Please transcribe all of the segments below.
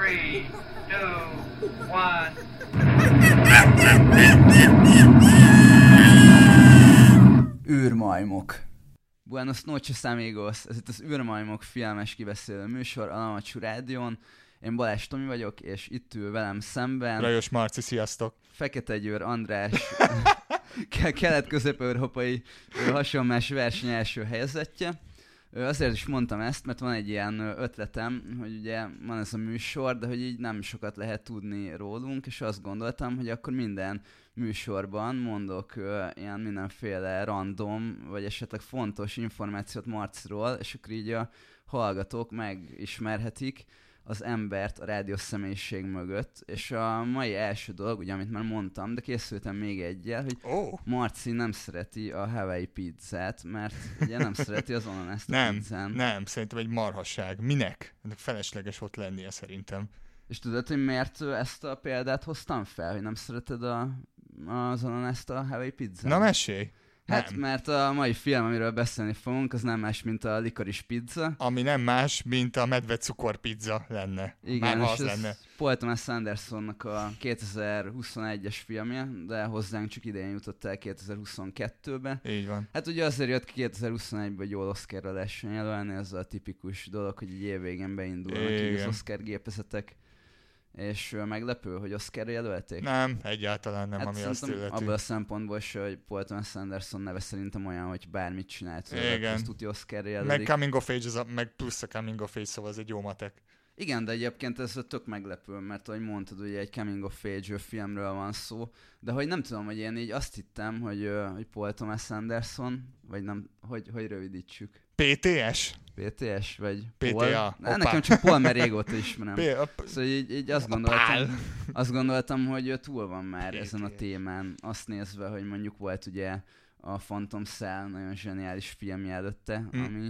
3, 2, 1. űrmajmok. Buenos noches, amigos! Ez itt az űrmajmok filmes kibeszélő műsor a Lamacsú Rádión. Én Balázs Tomi vagyok, és itt ül velem szemben Lajos Marci, sziasztok! Fekete Győr András, kelet-közép-európai hasonlás verseny első helyezettje. Azért is mondtam ezt, mert van egy ilyen ötletem, hogy ugye van ez a műsor, de hogy így nem sokat lehet tudni rólunk, és azt gondoltam, hogy akkor minden műsorban mondok ilyen mindenféle random, vagy esetleg fontos információt Marciról, és akkor így a hallgatók megismerhetik az embert a rádió személyiség mögött, és a mai első dolog, ugye, amit már mondtam, de készültem még egyel, hogy Marci nem szereti a Hawaii pizzát, mert ugye nem szereti az ananást a pizzán. Nem, szerintem egy marhasság. Minek? Ennek felesleges ott lennie szerintem. És tudod, hogy miért ezt a példát hoztam fel, hogy nem szereted az ananást a Hawaii pizzán? Na mesélj! Hát, nem. Mert a mai film, amiről beszélni fogunk, az nem más, mint a likaris pizza. Ami nem más, mint a medve cukorpizza lenne. Igen, már és az lenne. Paul Thomas Andersonnak a 2021-es filmje, de hozzánk csak idején jutott el 2022-be. Így van. Hát ugye azért jött ki 2021-ben, hogy jól Oscarra lehessen jelölni, ez a tipikus dolog, hogy így évvégén beindulnak így az Oscar gépezetek. És meglepő, hogy Oscarra jelölték? Nem, egyáltalán nem, hát ami azt illeti. Abban a szempontból se, hogy Paul Thomas Anderson neve szerintem olyan, hogy bármit csinált, igen. azt tudja Oscarra jelölik. Meg coming of age, meg plusz a coming of age, szóval ez egy jó matek. Igen, de egyébként ez tök meglepő, mert ahogy mondtad, ugye egy coming of age filmről van szó, de hogy nem tudom, hogy én így azt hittem, hogy Paul Thomas Anderson, vagy nem, hogy rövidítsük. PTS? PTS, vagy PTA. Paul? Nekem csak Paul, mert régóta ismerem. Szóval így azt gondoltam, hogy túl van már PTS. Ezen a témán, azt nézve, hogy mondjuk volt ugye a Phantom Cell nagyon zseniális filmje előtte, ami...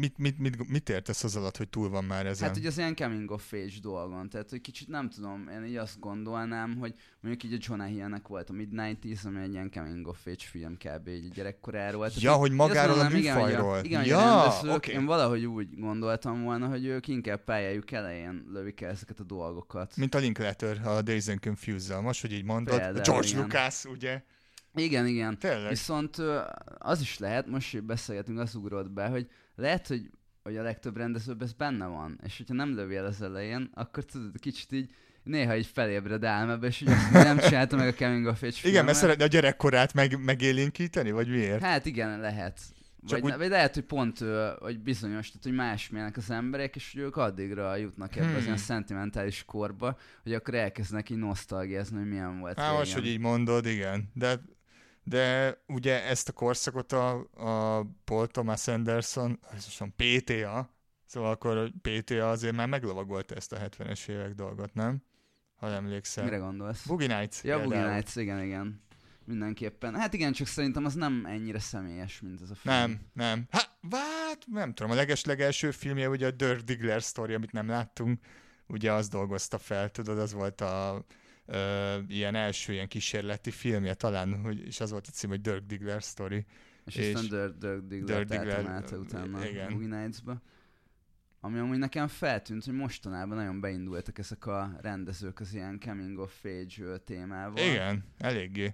Mit értesz az alatt, hogy túl van már ezen? Hát ugye az ilyen coming of age dolgon, tehát hogy kicsit nem tudom, én így azt gondolnám, hogy mondjuk így a Jonah Hill-nek volt a Mid-90s, ami egy ilyen coming of age film kb. Így gyerekkoráról. Ja, hogy magáról a műfajról. Igen, ja, okay. Én valahogy úgy gondoltam volna, hogy ők inkább pályájuk elején lövik el ezeket a dolgokat. Mint a Linklater, a Dazed and Confused-zal. Most, hogy így mondod, például, George Lucas, ugye? Igen. Tényleg? Viszont az is lehet, most, hogy beszélgetünk, az ugrott be, hogy lehet, hogy a legtöbb rendezőben ez benne van, és hogyha nem lövi el az elején, akkor tudod, kicsit így néha így felébred álmába, és úgy azt nem csinálta meg a coming of age filmet. Igen, mert szeretne a gyerekkorát megélénkíteni, vagy miért? Hát igen, lehet. Vagy lehet, hogy pont hogy bizonyos, tehát hogy másmilyenek az emberek, és hogy ők addigra jutnak ebbe az ilyen szentimentális korba, hogy akkor elkezdenek így nosztalgiázni, hogy milyen volt régen. Most, hogy így mondod, igen. De ugye ezt a korszakot a Paul Thomas Anderson, PTA, szóval akkor PTA azért már meglovagolta ezt a 70-es évek dolgot, nem? Ha emlékszel. Mire gondolsz? Boogie Nights. Ja, Boogie Nights, igen. Mindenképpen. Hát igen, csak szerintem az nem ennyire személyes, mint ez a film. Nem. Hát nem tudom, a legeslegelső filmje ugye a Dirk Diggler Story, amit nem láttunk, ugye azt dolgozta fel, tudod, az volt a ilyen első ilyen kísérleti filmje talán, és az volt a cím, hogy Dirk Diggler Story. És aztán Dirk Diggler állta utána a Boogie Nights-ba. Ami amúgy nekem feltűnt, hogy mostanában nagyon beindultak ezek a rendezők az ilyen coming of age témával. Igen, eléggé.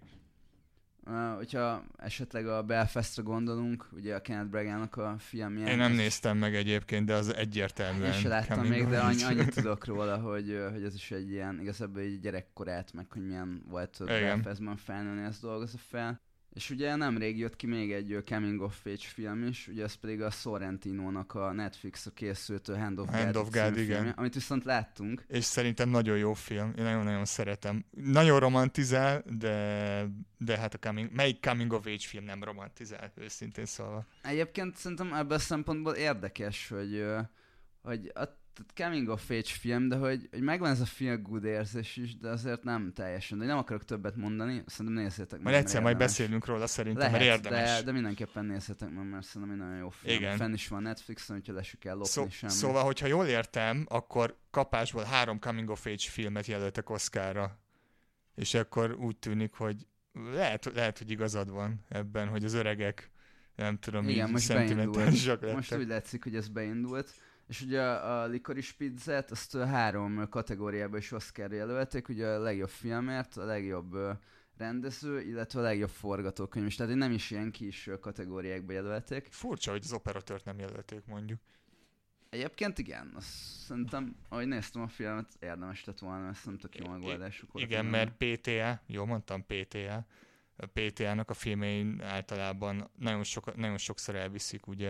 Hogyha esetleg a Belfastra gondolunk, ugye a Kenneth Branagh-nak a filmje. Én nem néztem meg egyébként, de az egyértelműen. Én se láttam még, de annyit tudok róla, hogy ez is egy ilyen, igazából egy gyerekkorát, meg hogy milyen volt Belfastban felnőni, ezt dolgozza fel. És ugye nemrég jött ki még egy coming of age film is, ugye ez pedig a Sorrentino-nak a Netflixra készült Hand of God igen. Amit viszont láttunk. És szerintem nagyon jó film, én nagyon-nagyon szeretem. Nagyon romantizál, de hát melyik coming of age film nem romantizál, őszintén szólva. Egyébként szerintem ebből a szempontból érdekes, hogy a coming of age film, de hogy megvan ez a feel good érzés is, de azért nem teljesen. De nem akarok többet mondani, szerintem nézzétek meg. Majd egyszer majd beszélünk róla szerintem, mert érdemes. De mindenképpen nézzétek meg, mert szerintem egy nagyon jó film. Igen. Fenn is van Netflixen, hogyha le se kell lopni semmi. Szóval, hogyha jól értem, akkor kapásból 3 coming of age filmet jelöltek Oscarra. És akkor úgy tűnik, hogy lehet, hogy igazad van ebben, hogy az öregek, nem tudom, igen, így szentimentálisak lettek. Most úgy látszik, hogy ez beindult. És ugye a Licorice Pizzát azt 3 kategóriába is Oscarra jelölték, ugye a legjobb filmért, a legjobb rendező, illetve a legjobb forgatókönyv is. Tehát nem is ilyen kis kategóriákba jelölték. Furcsa, hogy az operatőrt nem jelölték, mondjuk. Egyébként igen, azt szerintem, ahogy néztem a filmet, érdemes lett volna, ezt nem tök jó megoldásuk volt. Igen, mert PTA, jól mondtam, PTA. A PTA-nak a filmjein általában nagyon sokszor elviszik ugye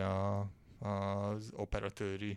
az operatőri,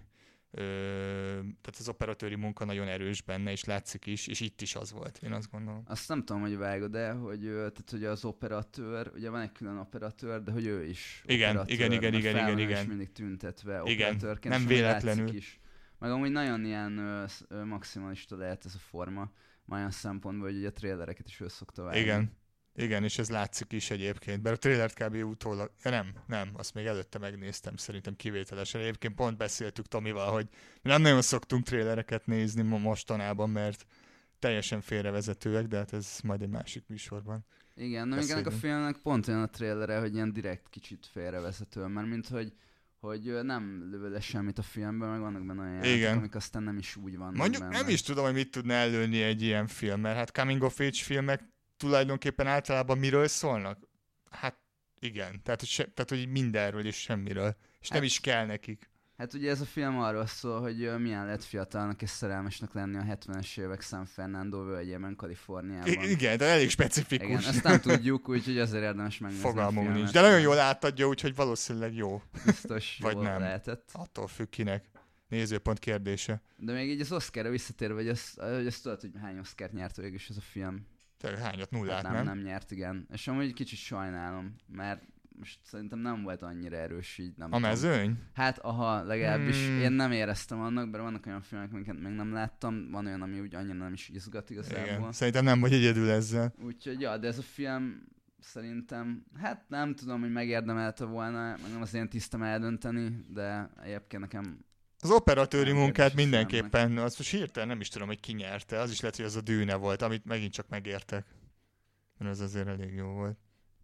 tehát az operatőri munka nagyon erős benne, és látszik is, és itt is az volt, én azt gondolom. Azt nem tudom, hogy vágod, de tehát, hogy az operatőr, ugye van egy külön operatőr, de hogy ő is igen, operatőr, igen. és mindig tüntetve igen, operatőrként. nem véletlenül. Is. Meg amúgy nagyon ilyen maximalista lehet ez a forma, olyan szempontból, hogy ugye a trailereket is ő szokta vágni. Igen, és ez látszik is egyébként, mert a trailert kb. Utólag, ja nem, azt még előtte megnéztem, szerintem kivételesen. Egyébként pont beszéltük Tomival, hogy nem nagyon szoktunk trailereket nézni mostanában, mert teljesen félrevezetőek, de hát ez majd egy másik műsorban. Igen, de még ennek a filmnek pont olyan a trailere, hogy ilyen direkt kicsit félrevezető, mert mint hogy nem lő le semmit a filmben, meg vannak benne olyan játék, amik aztán nem is úgy vannak mondjuk benne. Nem is tudom, hogy mit tudna előni egy ilyen film, mert hát coming of age filmek tulajdonképpen általában miről szólnak? Hát igen, tehát hogy mindenről és semmiről, és nem is kell nekik. Hát ugye ez a film arról szól, hogy milyen lehet fiatalnak és szerelmesnek lenni a 70-es évek San Fernando völgyében, Kaliforniában. Igen, de elég specifikus. Igen, ezt nem tudjuk, úgyhogy azért érdemes megnézni. Fogalmunk nincs, de nagyon jól átadja, úgyhogy valószínűleg jó. Biztos vagy jól nem. lehetett. Attól függ kinek. Nézőpont kérdése. De még így az Oscarra visszatérve, hogy azt tudod, hogy hány Oscart nyert végül is ez a film. Tehát hányat? 0, hát nem? Nem nyert, igen. És amúgy kicsit sajnálom, mert most szerintem nem volt annyira erős így. Nem a mezőny? Tudom. Hát aha, legalábbis én nem éreztem annak, mert vannak olyan filmek, amiket még nem láttam, van olyan, ami úgy annyira nem is izgat igazából. Igen, szerintem nem vagy egyedül ezzel. Úgyhogy ja, de ez a film szerintem, hát nem tudom, hogy megérdemelte volna, meg nem az én tisztem eldönteni, de egyébként nekem az operatőri munkát mindenképpen, azt most hirtelen nem is tudom, hogy ki nyerte, az is lehet, hogy az a Dűne volt, amit megint csak megértek. Mert az azért elég jó volt.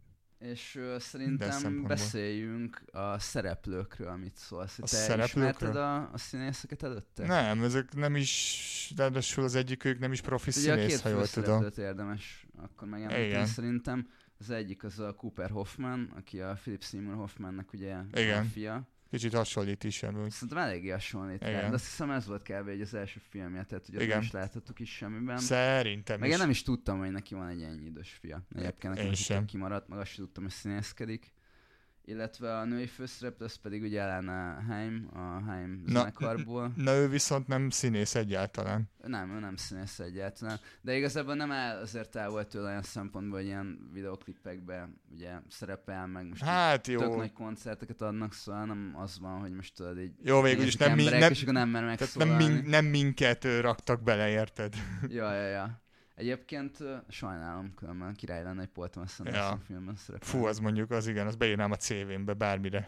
És szerintem beszéljünk a szereplőkről, amit szólsz. Te ismerted a színészeket előtte? Nem, ezek nem is, ráadásul az egyikük nem is profi színész, ha jól tudom. Ugye a 2 érdemes akkor megemlíteni szerintem. Az egyik az a Cooper Hoffman, aki a Philip Seymour Hoffmannek ugye a fia. Kicsit hasonlít is semmi. Szerintem eléggé hasonlít rá, de azt hiszem ez volt kb. Az első filmje, tehát ugye nem is láthattuk is semmiben. Szerintem meg is. én nem is tudtam, hogy neki van egy ennyi idős fia. Egyébként nekem is kimaradt, meg azt sem tudtam, hogy színészkedik. Illetve a női főszereplő, az pedig ugye Alana Haim, a Haim zenekarból. Na ő viszont nem színész egyáltalán. Nem, ő nem színész egyáltalán. De igazából nem azért el volt tőle olyan szempontból, hogy ilyen videoklipekben ugye szerepel, meg most tök nagy koncerteket adnak, szóval nem az van, hogy most tudod így jó, végül is nem mer megszólalni. Nem minket raktak bele, érted? Ja. Egyébként sajnálom, különben király lenne egy Paul Thomas Anderson filmben szerepel. Fú, az mondjuk, az igen, azt beírnám a CV-mbe, bármire.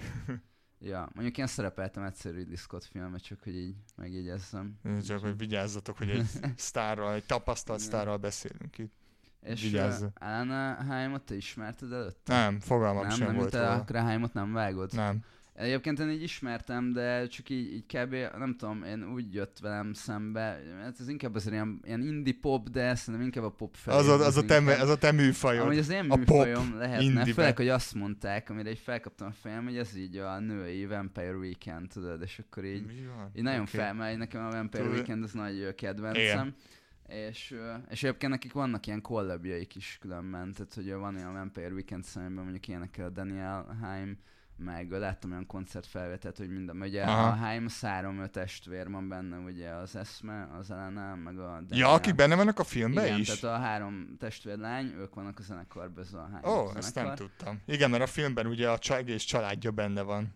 Ja, mondjuk én szerepeltem egyszer Ridley Scott filmben, csak hogy így megjegyezzem. Csak hogy vigyázzatok, hogy egy sztárral, egy tapasztalt sztárral beszélünk itt. És Alana Haimot te ismerted előtte? Nem, fogalmam sem volt róla. Akkor a Haimot nem vágod? Nem. Egyébként én így ismertem, de csak így kb. Nem tudom, én úgy jött velem szembe, hát ez inkább azért ilyen indie pop, de szerintem inkább a pop felé. Az a te műfajod. Amúgy az én műfajom lehetne, főleg, hogy azt mondták, amire így felkaptam a fejem, hogy ez így a női Vampire Weekend, tudod, és akkor így nagyon felmegy, nekem a Vampire Weekend az nagy kedvencem. És egyébként nekik vannak ilyen kollabjaik is különben, tehát hogy van olyan Vampire Weekend szemben mondjuk ilyenekkel a Daniel Haim, meg láttam olyan koncertfelvételt, hogy minden, ugye a Haim 3 testvér van benne, ugye az Esme, az Elena, meg a Daniel. Ja, akik benne vannak a filmben igen, is? Igen, tehát a 3 testvérlány, ők vannak a zenekarban, ez a Haim ezt nem tudtam. Igen, mert a filmben ugye a egész családja benne van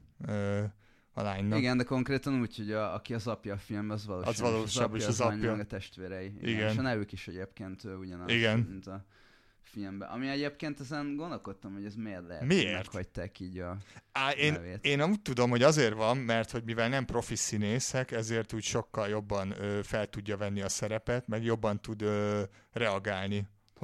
a lánynak. Igen, de konkrétan úgy, hogy aki az apja a filmben, az valósabb, és az apja. Meg a testvérei. Igen. És a nevük is egyébként ugyanaz, mint a filmben. Ami egyébként ezen gondolkodtam, hogy ez miért lehet, hogy meghagyták így a nevét. Én úgy tudom, hogy azért van, mert hogy mivel nem profi színészek, ezért úgy sokkal jobban fel tudja venni a szerepet, meg jobban tud reagálni,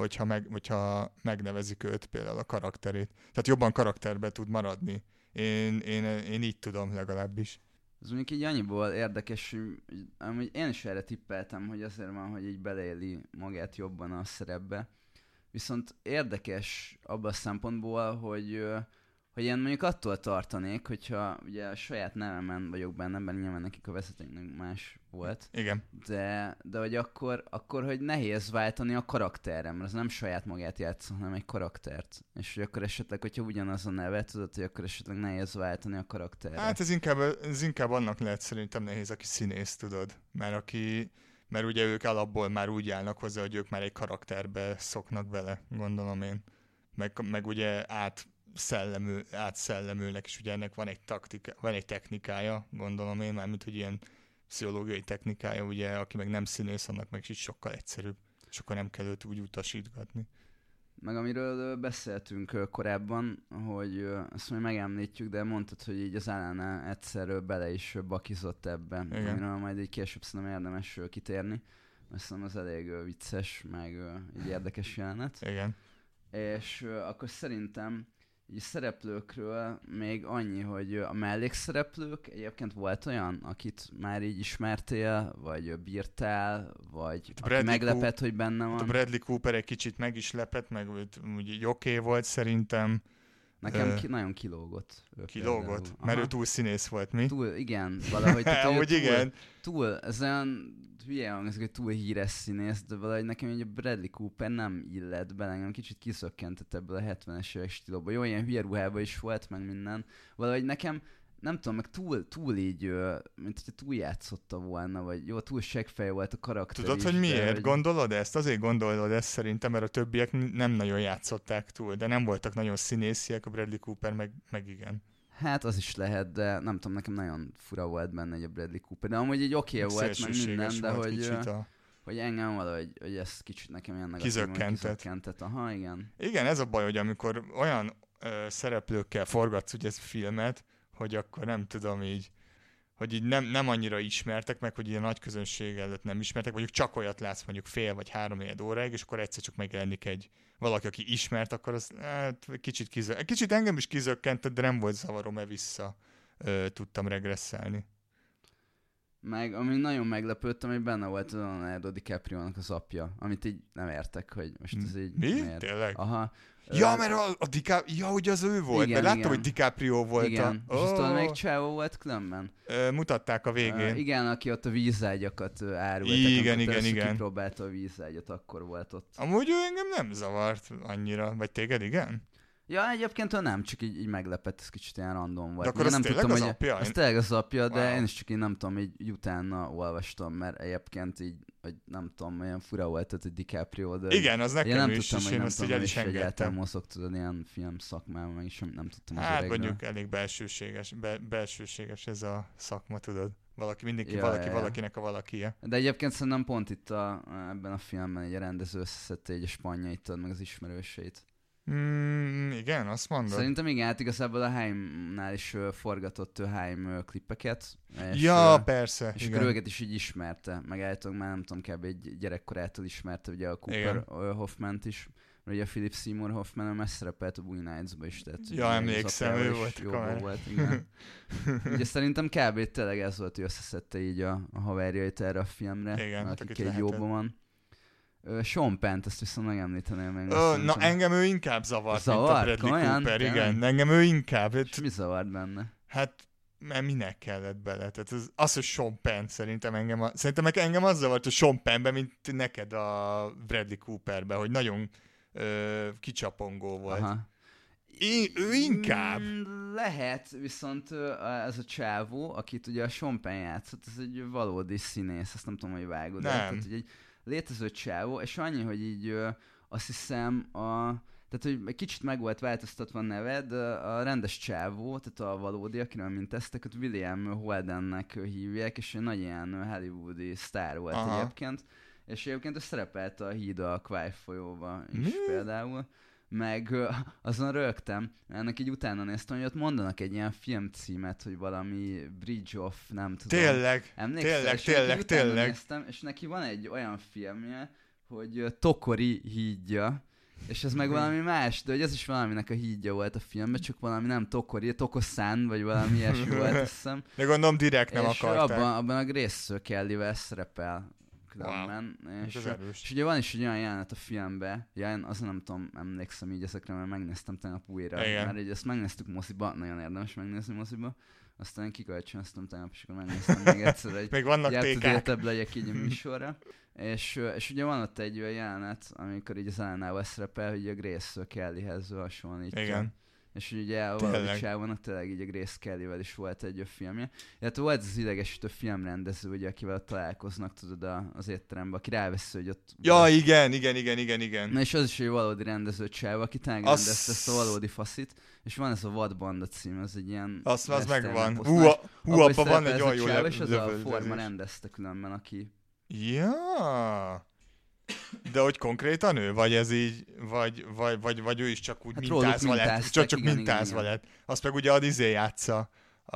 hogyha megnevezik őt, például a karakterét. Tehát jobban karakterbe tud maradni. Én így tudom legalábbis. Ez mondjuk így annyiból érdekes, hogy amúgy én is erre tippeltem, hogy azért van, hogy így beleéli magát jobban a szerepbe. Viszont érdekes abban a szempontból, hogy én mondjuk attól tartanék, hogyha ugye a saját nevemen vagyok benne, mert nyilván nekik a vezetőnknek más volt. Igen. De hogy akkor, hogy nehéz váltani a karakterre, mert az nem saját magát játszol, hanem egy karaktert. És hogy akkor esetleg, hogyha ugyanaz a neve, tudod, hogy akkor esetleg nehéz váltani a karakterre. Hát ez inkább annak lehet szerintem nehéz, aki színész, tudod. Mert ugye ők alapból már úgy állnak hozzá, hogy ők már egy karakterbe szoknak vele, gondolom én. Meg ugye átszellemülnek, és ugye ennek van egy technikája, gondolom én, mármint, hogy ilyen pszichológiai technikája, ugye, aki meg nem színész, annak meg is sokkal egyszerűbb, és akkor nem kell őt úgy utasítgatni. Meg amiről beszéltünk korábban, hogy azt majd megemlítjük, de mondtad, hogy így az Alana egyszer bele is bakizott ebben, amiről majd így később szerintem érdemes kitérni. Azt hiszem az elég vicces, meg egy érdekes jelenet. Igen. És akkor szerintem így szereplőkről még annyi, hogy a mellékszereplők, egyébként volt olyan, akit már így ismertél, vagy bírtál, vagy aki meglepett, hogy benne van. A Bradley Cooper egy kicsit meg is lepett, meg úgy oké volt szerintem. Nekem nagyon kilógott. Kilógott? Mert ő túl színész volt, mi? Igen, valahogy. Amúgy igen. Túl, ez olyan hülye hangzik, hogy túl híres színész, de valahogy nekem egy a Bradley Cooper nem illett bele, engem kicsit kiszökkentett ebből a 70-es évek stílóba. Jó, ilyen hülye ruhában is volt, meg minden. Valahogy nekem, nem tudom, meg túl így, mint hogyha túl játszotta volna, vagy jó, túl seggfej volt a karakter. Tudod, is, hogy miért gondolod ezt? Azért gondolod ezt szerintem, mert a többiek nem nagyon játszották túl, de nem voltak nagyon színésziek, a Bradley Cooper meg igen. Hát az is lehet, de nem tudom, nekem nagyon fura volt benne egy a Bradley Cooper. De amúgy egy oké volt, meg minden, de hogy engem valahogy, hogy ez kicsit nekem ilyen kizökkentett. Aha, igen. Igen, ez a baj, hogy amikor olyan szereplőkkel forgatsz ugye ezt a filmet, hogy akkor nem tudom így, hogy így nem annyira ismertek meg, hogy ilyen nagy közönség előtt nem ismertek, mondjuk csak olyat látsz mondjuk fél vagy 3 óráig, és akkor egyszer csak megjelenik valaki, aki ismert, akkor az kicsit engem is kizökkentett, de nem volt zavaró, mert vissza tudtam regresszálni. Meg, ami nagyon meglepődtem, hogy benne volt a Leonardo DiCaprio-nak az apja, amit így nem értek, hogy most ez így mi? miért. Tényleg? Aha. Ja, mert a DiCaprio, ja, ugye az ő volt, igen, mert láttam, hogy DiCaprio volt. Igen, és azt tudod, még csávó volt különben? Mutatták a végén. Igen, aki ott a vízágyakat árultak. Igen. Kipróbálta a vízágyat, akkor volt ott. Amúgy ő engem nem zavart annyira, vagy téged igen? Ja, egyébként nem, csak így meglepett, ez kicsit ilyen random volt. De akkor az tényleg az apja? Az tényleg az apja, de én is csak így nem tudom, így utána olvastam, mert egyébként így, hogy nem tudom, olyan fura volt, hogy DiCaprio, de... Igen, az nekem nem is, tudtam, és én azt így el is engedtem. Egyáltalán mozog, tudod, ilyen film szakmában, meg is nem tudtam az hát öregről. mondjuk elég belsőséges ez a szakma, tudod. Valakinek a valakije. De egyébként szerintem pont itt ebben a filmben egy rendező összeszedte egy a spanjait, meg az ismerőseit. Igen, azt mondod. Szerintem igen, hát igazából a Haim-nál is forgatott Haim klippeket. És, ja, persze. És akkor őket is így ismerte, meg állítólag már nem tudom, kb. Egy gyerekkorától ismerte ugye a Cooper Hoffmant is. Mert ugye a Philip Seymour Hoffman már szerepelt a Boogie Nights-ba is. Tehát, ja, emlékszem, ő volt a kamera. Volt, igen. Ugye szerintem kb. Tényleg ez volt, hogy összeszedte így a haverjait erre a filmre, igen, akik egy jóban van. Sean Penn-t, ezt viszont megemlíteném meg. Na, engem ő inkább zavart, mint a Bradley Cooper, igen. Engem ő inkább. És mi zavart benne? Hát, mert minek kellett bele? Tehát az hogy Sean Penn szerintem engem az zavart, hogy Sean Pennben, mint neked a Bradley Cooperben, hogy nagyon kicsapongó volt. Aha. Ő inkább. Lehet, viszont ez a csávó, akit ugye a Sean Penn játszott, ez egy valódi színész, azt nem tudom, hogy vágod. Nem. Tehát, hogy egy létező csávó, és annyi, hogy így azt hiszem tehát, hogy egy kicsit meg volt változtatva a neved, a rendes csávó, tehát a valódi, akiről minteztek, ott William Holdennek hívják, és egy nagy ilyen hollywoodi sztár volt egyébként, és egyébként ő szerepelt a Híd a Kwai folyóba is például, meg azon rögtem, ennek így utána néztem, hogy ott mondanak egy ilyen filmcímet, hogy valami Bridge of, nem tudom. Tényleg, tényleg. Néztem, és neki van egy olyan filmje, hogy Tokori hídja, És ez meg valami más, de hogy ez is valaminek a hídja volt a filmben, csak valami nem Tokoszán, vagy valami ilyesmi volt, azt hiszem. De gondolom direkt nem és akarták. abban a Grace Kellyvel szerepel különben. Wow. És ugye van is egy olyan jelenet a filmben, azt nem tudom, emlékszem így ezekre, mert megnéztem tegnap újra. Igen. Mert így ezt megnéztük moziba, nagyon érdemes megnézni moziba. Aztán kikölcsönöztem tegnap, és akkor megnéztem még egyszer, hogy még vannak up-to-date-ebb legyek így a műsorra. És ugye van ott egy olyan jelenet, amikor így az Ellenával szerepel, hogy a Grace Kellyhez hasonlítja. Igen. És ugye a valami csávónak tényleg így a Grace Kellyvel is volt egy filmje. Hát volt az idegesítő filmrendező, ugye, akivel találkoznak, tudod, az étteremben, aki ráveszi, hogy ott... Ja, igen. Na és az is egy valódi rendező csávó, aki tényleg rendezte ezt a valódi faszit. És van ez a Vadbanda cím, az egy ilyen... Az megvan. Abban van egy olyan jó és az a Forma rendezte különben, aki... Ja. De hogy konkrétan ő? Vagy ez így, vagy ő is csak úgy hát mintázva lett? Csak mintázva lett. Azt meg ugye Adizé játsza.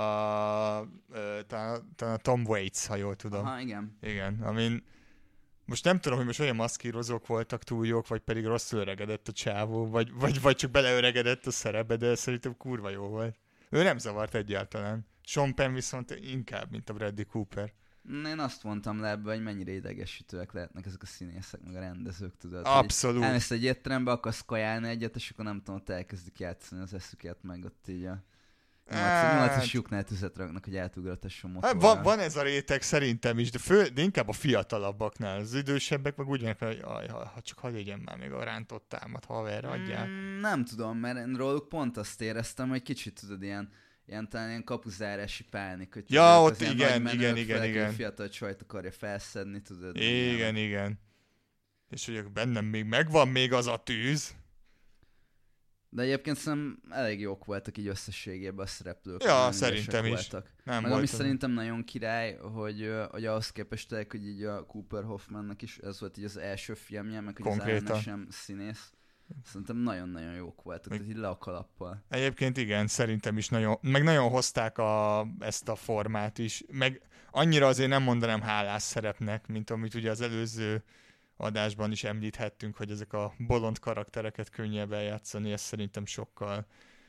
A Tom Waits, ha jól tudom. Aha, igen. Igen, amin... Most nem tudom, hogy most olyan maszkírozók voltak túl jók, vagy pedig rosszul öregedett a csávó, vagy csak beleöregedett a szerepbe, de szerintem kurva jó volt. Ő nem zavart egyáltalán. Sean Penn viszont inkább, mint a Bradley Cooper. Én azt mondtam le ebbe, hogy mennyire idegesítőek lehetnek ezek a színészek, meg a rendezős, tudod. Abszolút. Elmész egy étterembe, akarsz kajálni egyet, és akkor nem tudom, ott elkezdik játszani az eszüket, meg ott így a 8-as lyuknál tüzet raknak, hogy átugratassa motorral. Van ez a réteg szerintem is, de inkább a fiatalabbaknál. Az idősebbek meg úgy vannak, hogy ha csak hadd legyen már még a rántott támat, haverra adjál. Nem tudom, mert én róluk pont azt éreztem, hogy kicsit tudod, talán ilyen kapuzárási pánik, hogy ja, ott igen. Fiatal csajt akarja felszedni, tudod. Igen. És hogy bennem még megvan még az a tűz. De egyébként szerintem elég jók voltak így összességében a szereplők. Ja, szerintem is. Voltak. Meg ami szerintem nagyon király, hogy ahhoz képest, hogy így a Cooper Hoffmannak is ez volt így az első filmje, meg hogy az Ellen sem színész. Szerintem nagyon-nagyon jók voltak, tehát így le a kalappal. Egyébként igen, szerintem is nagyon hozták ezt a formát is, meg annyira azért nem mondanám hálás szerepnek, mint amit ugye az előző adásban is említhettünk, hogy ezek a bolond karaktereket könnyebb eljátszani, ez szerintem sokkal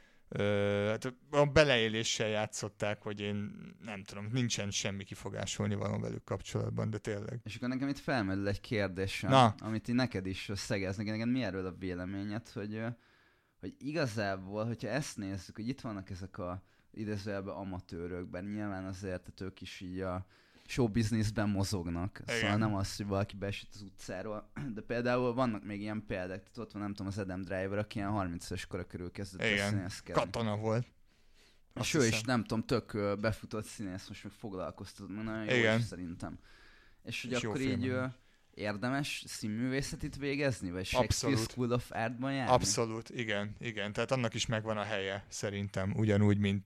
a beleéléssel játszották, hogy én nem tudom, nincsen semmi kifogásolni való velük kapcsolatban, de tényleg. És akkor nekem itt felmerül egy kérdésem, amit így neked is szegeznek, neked mi erről a véleményed, hogy igazából, hogyha ezt nézzük, hogy itt vannak ezek a idézőjelben amatőrök, bár nyilván azért, tehát ők is így a showbizniszben mozognak. Igen. Szóval nem az, hogy valaki beesít az utcáról, de például vannak még ilyen példák, tehát ott van nem tudom az Adam Driver, aki ilyen 30-es kora körül kezdett a színészkedni. Katona volt. És ő is nem tudom, tök befutott színész, most meg foglalkoztat, mert nagyon jó is szerintem. És hogy akkor így érdemes színművészetit végezni, vagy Shakespeare School of Art-ban járni? Abszolút, igen. Tehát annak is megvan a helye, szerintem, ugyanúgy, mint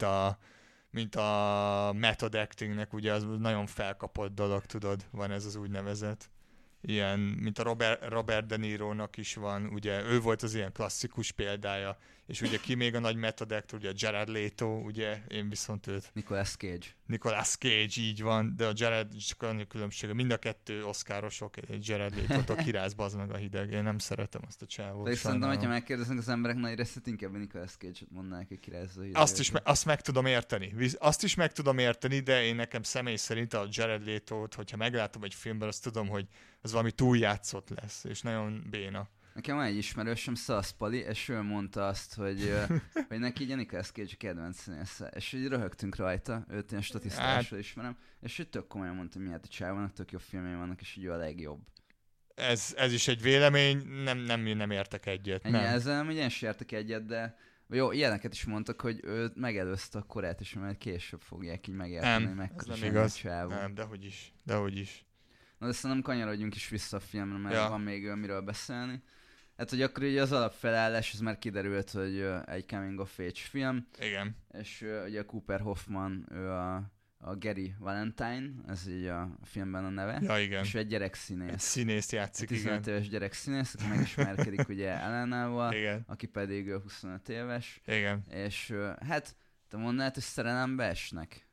a method actingnek, ugye az nagyon felkapott dolog, tudod, van ez az úgynevezett. Ilyen, mint a Robert De Nirónak is van, ugye ő volt az ilyen klasszikus példája, és ugye ki még a nagy method actor, ugye Jared Leto, ugye, én viszont őt... Nicolas Cage, így van, de a Jared csak annyi különbsége, mind a kettő oszkárosok, egy Jared Leto-t a királyz, bazd meg a hideg, én nem szeretem azt a csávót. De szerintem, hogyha megkérdeznek az emberek nagy részét, inkább a Nicolas Cage-et mondanák, hogy királyz a hideg. Azt meg tudom érteni. Azt is meg tudom érteni, de én nekem személy szerint a Jared Leto-t, hogyha meglátom egy filmben, azt tudom, hogy az valami túljátszott lesz, és nagyon béna. Nekem van egy ismerősöm, Szaszpali, és ő mondta azt, hogy neki így a Nicolas Cage kedvenc színésze, és így röhögtünk rajta, őt ilyen statisztálásról ismerem, és ő tök komolyan mondta, hogy miért a csávónak tök jó filmjei vannak, és így ő a legjobb. Ez is egy vélemény, nem értek egyet. Ennyi, ezzel nem, én sem értek egyet, de jó, ilyeneket is mondtak, hogy ő megelőzte a korát, és majd később fogják így megérteni, mekkora a csávó. Nem, dehogy is. Na de szerintem kanyarodjunk is vissza a filmre, mert van még miről beszélni. Hát, hogy akkor ugye az alapfelállás, ez már kiderült, hogy egy coming of age film. Igen. És ugye a Cooper Hoffman, ő a Gary Valentine, ez így a filmben a neve. Ja, igen. És egy gyerekszínész. Egy színészt játszik, 15 éves gyerekszínész, aki megismerkedik ugye Ellenával, aki pedig 25 éves. Igen. És hát, te mondanád, hogy szerelembe esnek?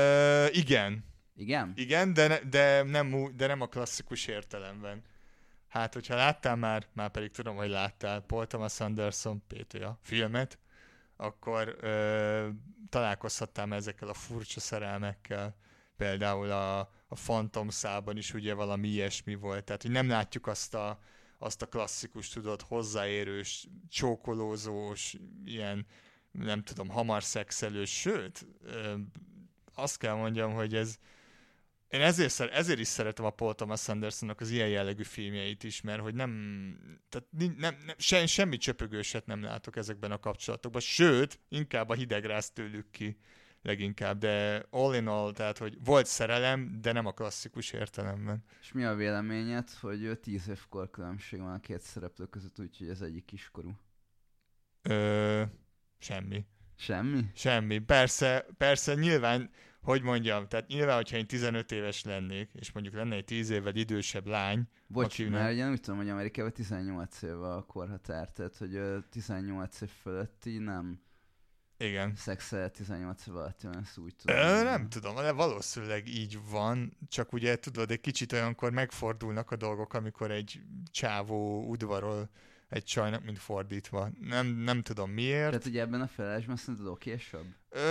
Igen. Igen? Igen, de nem a klasszikus értelemben, Hát, hogyha láttál már pedig tudom, hogy láttál Paul Thomas Anderson Pétőja filmet, akkor találkozhattál már ezekkel a furcsa szerelmekkel. Például a Phantom szában is ugye valami ilyesmi volt. Tehát, hogy nem látjuk azt a klasszikus, tudod, hozzáérős, csókolózós, ilyen, nem tudom, hamar szexelős, sőt, azt kell mondjam, hogy én ezért is szeretem a Paul Thomas Andersonnak az ilyen jellegű filmjeit is, mert hogy semmi csöpögőset nem látok ezekben a kapcsolatokban, sőt, inkább a hideg ráz tőlük ki leginkább, de all in all, tehát, hogy volt szerelem, de nem a klasszikus értelemben. És mi a véleményed, hogy 10 év korkülönbség van a két szereplő között, úgyhogy az egyik kiskorú? Semmi. Semmi? Semmi. Persze nyilván, hogy mondjam, tehát nyilván, hogyha én 15 éves lennék, és mondjuk lenne egy 10 évvel idősebb lány, bocs, mert ugye úgy tudom, hogy Amerikában 18 év a korhatár, tehát hogy 18 év fölötti nem igen. szexel 18 év alatt, ezt úgy tudom. Nem tudom, de valószínűleg így van, csak ugye tudod, egy kicsit olyankor megfordulnak a dolgok, amikor egy csávó udvarol egy csajnak, mint fordítva. Nem tudom miért. Tehát ugye ebben a felállásban szerinted okésabb?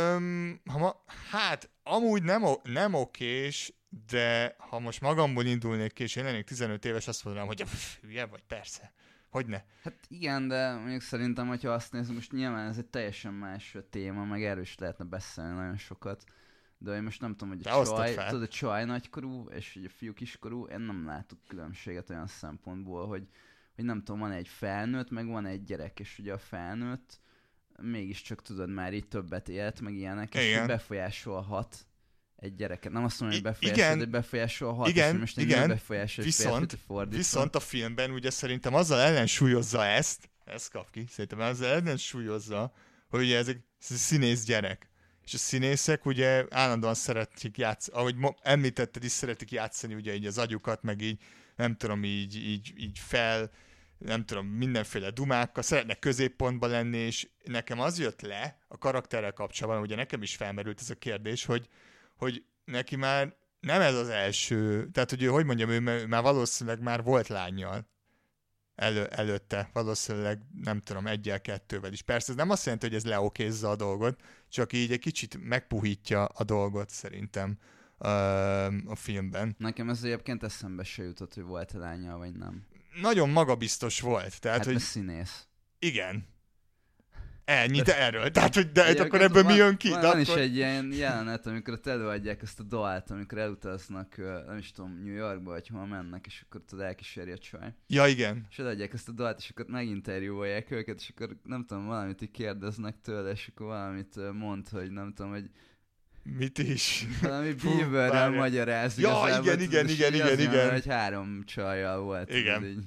Hát, amúgy nem okés, de ha most magamból indulnék ki, és én lennék 15 éves, azt mondanám, hogy hülye vagy, persze. Hogyne? Hát igen, de mondjuk szerintem, hogyha azt nézzük, most nyilván ez egy teljesen más téma, meg erről is lehetne beszélni nagyon sokat. De én most nem tudom, hogy a csaj nagykorú, és a fiú kiskorú, én nem látok különbséget olyan szempontból, hogy nem tudom, van egy felnőtt, meg van egy gyerek, és ugye a felnőtt mégiscsak tudod, már így többet élt, meg ilyenek, és hogy befolyásolhat egy gyereket. Nem azt mondom, hogy befolyásolhat, hogy befolyásolhat, igen, és most igen, befolyásol, viszont a filmben ugye szerintem azzal ellensúlyozza ezt kap ki, szerintem azzal ellensúlyozza, hogy ugye ezek színész gyerek. És a színészek ugye állandóan szeretik játszani, ahogy említetted is, szeretik játszani ugye így az agyukat, meg így nem tudom, így nem tudom, mindenféle dumákkal, szeretnek középpontban lenni, és nekem az jött le a karakterrel kapcsolatban, ugye nekem is felmerült ez a kérdés, hogy neki már nem ez az első, tehát hogy mondjam, ő már valószínűleg már volt lánnyal előtte, valószínűleg nem tudom, 1-2 is. Persze ez nem azt jelenti, hogy ez leokézza a dolgot, csak így egy kicsit megpuhítja a dolgot szerintem a filmben. Nekem ez egyébként eszembe se jutott, hogy volt-e lányjal, vagy nem. Nagyon magabiztos volt. Tehát, hát hogy színész. Igen. Ennyit erről. Tehát, hogy akkor ebből mi jön ki? Van is egy ilyen jelenet, amikor ott előadják ezt a dalt, amikor elutaznak, nem is tudom, New Yorkba, vagy hol mennek, és akkor tudod, elkíséri a csaj. Ja, igen. És előadják ezt a dalt, és akkor meginterjúolják őket, és akkor nem tudom, valamit így kérdeznek tőle, és akkor valamit mond, hogy nem tudom, hogy mit is? Valami Bieberrel magyaráz. Ja, igen. Hogy 3 csajjal volt. Igen.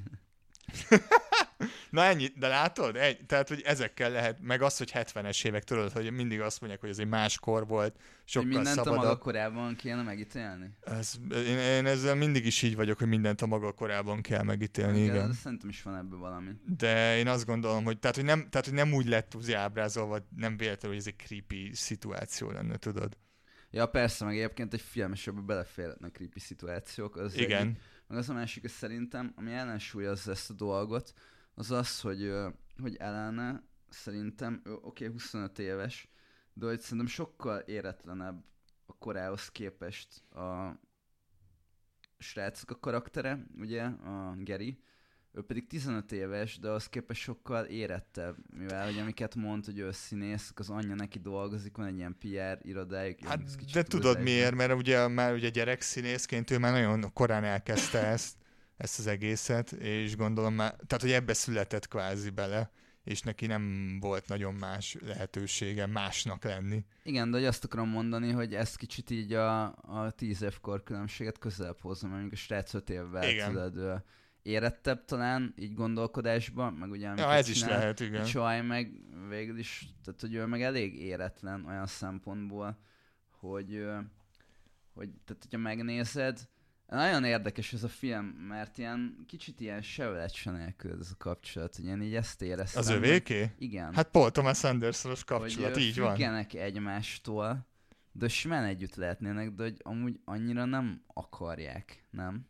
Na ennyi, de látod? Tehát, hogy ezekkel lehet, meg az, hogy 70-es évek, tudod, hogy mindig azt mondják, hogy ez egy más kor volt, sokkal mindent szabadabb. a maga korában kéne megítélni? Én ezzel mindig is így vagyok, hogy mindent a maga korában kell megítélni, igen. De szerintem is van ebből valami. De én azt gondolom, hogy hogy nem úgy lett úgy ábrázolva, nem véletlenül, hogy ez egy creepy szituáció lenne, tudod? Ja, persze, meg egyébként egy filmes, ebben beleférhetnek creepy szituációk. Az igen. Meg az a másik, hogy szerintem, ami ellensúlyozza ezt a dolgot, az az, hogy Ellen szerintem, oké, 25 éves, de hogy szerintem sokkal éretlenebb a korához képest a srácok a karaktere, ugye, a Gary, ő pedig 15 éves, de az képest sokkal érettebb, mivel hogy amiket mond, hogy ő színész, az anyja neki dolgozik, van egy ilyen PR irodájuk. Hát, de tudod miért, mert ugye gyerekszínészként ő már nagyon korán elkezdte ezt az egészet, és gondolom már, tehát hogy ebbe született kvázi bele, és neki nem volt nagyon más lehetősége másnak lenni. Igen, de hogy azt akarom mondani, hogy ezt kicsit így a 10 év korkülönbséget közelebb hozom, mert a srác 5 évvel tudod, érettebb talán így gondolkodásban, meg ugye ez is lehet, igen. A csaj meg végül is, tehát hogy ő meg elég éretlen olyan szempontból, hogy tehát hogyha megnézed, nagyon érdekes ez a film, mert ilyen kicsit ilyen sevlet nélkül ez a kapcsolat, ugye én így ezt éreztem. Az övéké? Igen. Hát Paul Thomas Anderson-os kapcsolat, így van. Függenek egymástól, De simán együtt lehetnének, de hogy amúgy annyira nem akarják, nem?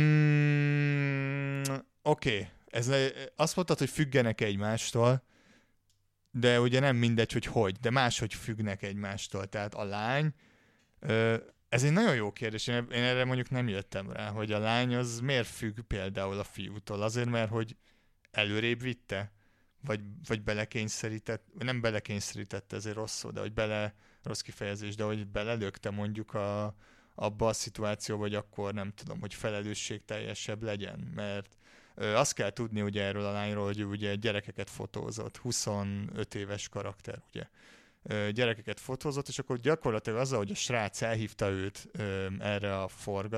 Oké. Azt mondtad, hogy függenek egymástól, de ugye nem mindegy, hogy, de máshogy függnek egymástól. Tehát a lány, ez egy nagyon jó kérdés, én erre mondjuk nem jöttem rá, hogy a lány az miért függ például a fiútól. Azért, mert hogy előrébb vitte? Vagy belekényszerített, nem belekényszerítette, ezért rossz szó, de hogy rossz kifejezés, de hogy belelökte mondjuk abba a szituációba, hogy akkor nem tudom, hogy felelősségteljesebb legyen, mert azt kell tudni ugye erről a lányról, hogy ő ugye gyerekeket fotózott, 25 éves karakter, ugye. Gyerekeket fotózott, és akkor gyakorlatilag azzal, hogy a srác elhívta őt erre a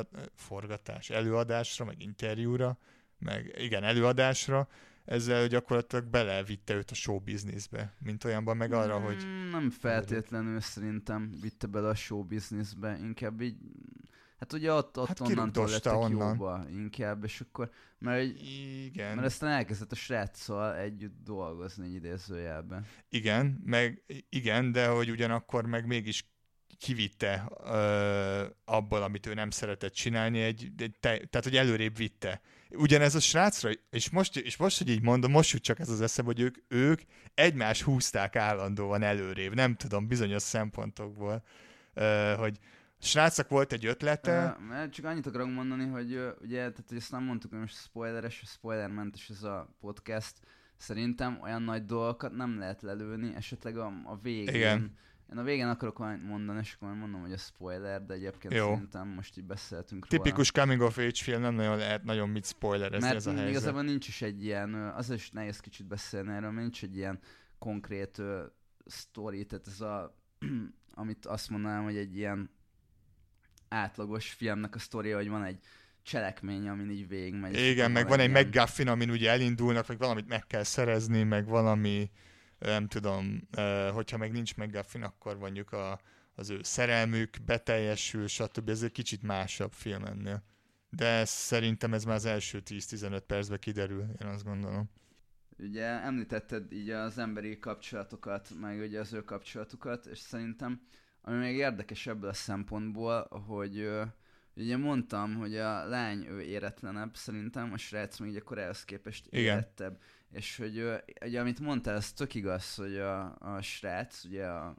előadásra, meg interjúra, meg igen, előadásra, ezzel gyakorlatilag belevitte őt a showbizniszbe, mint olyanban, meg arra, hogy... Nem feltétlenül szerintem vitte bele a showbizniszbe, inkább így... Hát ugye ott onnantól lettek jóba inkább, és akkor... Igen. Mert aztán elkezdett a sráccal együtt dolgozni egy idézőjelben. Igen, de hogy ugyanakkor meg mégis kivitte abból, amit ő nem szeretett csinálni, tehát hogy előrébb vitte. Ugyanez a srácra, és most, hogy így mondom, most jut csak ez az eszembe, hogy ők egymást húzták állandóan előrébb, nem tudom, bizonyos szempontokból, hogy a srácnak volt egy ötlete. Csak annyit akarok mondani, hogy ugye, tehát hogy ezt nem mondtuk, hogy most spoilermentes ez a podcast, szerintem olyan nagy dolgokat nem lehet lelőni, esetleg a végén. Igen. Én a végén akarok valamit mondani, és akkor mondom, hogy a spoiler, de egyébként jó. Szerintem most így beszéltünk róla. Tipikus coming of age film, nem nagyon lehet nagyon mit spoilerezni ez a helyzet. Mert igazából nincs is egy ilyen, azért is nehéz kicsit beszélni erről, mert nincs egy ilyen konkrét sztori, tehát ez amit azt mondanám, hogy egy ilyen átlagos filmnek a sztoria, hogy van egy cselekmény, amin így végigmegy. Igen, meg van egy MacGuffin, amin ugye elindulnak, meg valamit meg kell szerezni, meg valami, nem tudom, hogyha meg nincs MacGuffin, akkor mondjuk az ő szerelmük beteljesül, stb. Ez egy kicsit másabb film ennél. De szerintem ez már az első 10-15 percben kiderül, én azt gondolom. Ugye említetted így az emberi kapcsolatokat, meg ugye az ő kapcsolatukat, és szerintem ami még érdekes ebből a szempontból, hogy ugye mondtam, hogy a lány ő éretlenebb, szerintem a srác még a korához képest érettebb. És hogy ugye amit mondtál, az tök igaz, hogy a srác, ugye a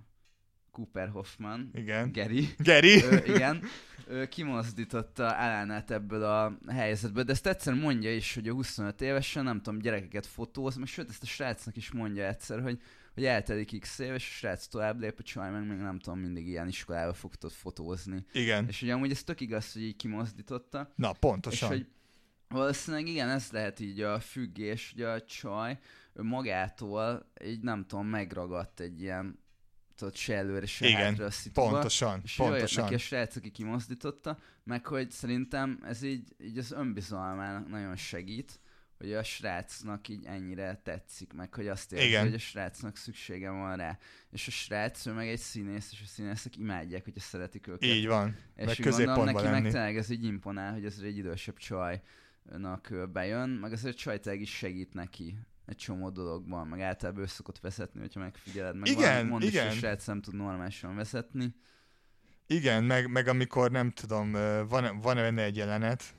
Cooper Hoffman, igen. Gary, igen, kimozdította Alánát ebből a helyzetből, de ezt egyszer mondja is, hogy a 25 évesen, nem tudom, gyerekeket fotóz, meg sőt, ezt a srácnak is mondja egyszer, hogy eltelik x év, és a srác tovább lép, a csaj meg még nem tudom, mindig ilyen iskolába fog fotózni. Igen. És ugye amúgy ez tök igaz, hogy így kimozdította. Na, pontosan. És hogy valószínűleg igen, ez lehet így a függés, hogy a csaj ő magától így nem tudom, megragadt egy ilyen se előre, se hátra a szituba. Pontosan, és pontosan. neki a srác, aki kimozdította, meg hogy szerintem ez így az önbizalmának nagyon segít, hogy a srácnak így ennyire tetszik, meg hogy azt érzi, hogy a srácnak szüksége van rá. És a srác, ő meg egy színész, és a színészek imádják, hogyha szeretik őket. Így van. És meg középpontban neki lenni. Meg tényleg ez így imponál, hogy ez egy idősebb csajnak bejön, meg azért a csaj tényleg is segít neki egy csomó dologban, meg általában ő szokott vezetni, hogyha megfigyeled, meg igen, mond is, hogy a srác nem tud normálisan vezetni. Igen, meg amikor nem tudom, van benne egy jelenet,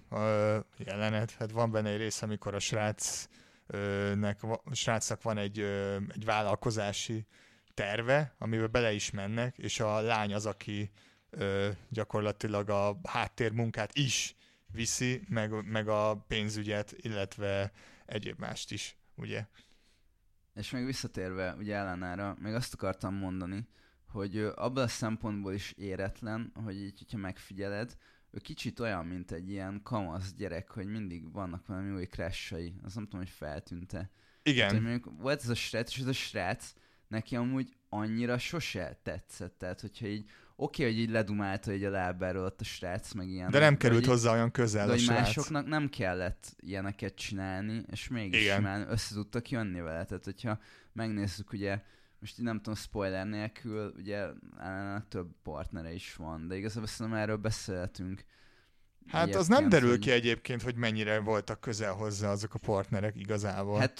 hát van benne egy rész, amikor a srácnak van egy vállalkozási terve, amiben bele is mennek, és a lány az, aki gyakorlatilag a háttérmunkát is viszi, meg a pénzügyet, illetve egyéb mást is, ugye? És még visszatérve ugye Elenára, még azt akartam mondani, hogy abban a szempontból is éretlen, hogy így, hogyha megfigyeled, ő kicsit olyan, mint egy ilyen kamasz gyerek, hogy mindig vannak valami új crush-ai. Azt nem tudom, hogy feltűnt-e. Igen. Tehát, hogy volt ez a srác, és ez a srác neki amúgy annyira sose tetszett. Tehát, hogyha így oké, hogy így ledumálta így a lábáról ott a srác, meg ilyen. De nem került hozzá olyan közel de a srác. másoknak nem kellett ilyeneket csinálni, és mégis simán össze tudtak jönni vele. Tehát, hogyha megnézzük ugye, most így nem tudom, spoiler nélkül, ugye Alánának több partnere is van, de igazából szerintem erről beszélhetünk. Hát az nem derül ki egyébként, hogy mennyire voltak közel hozzá azok a partnerek igazából. Hát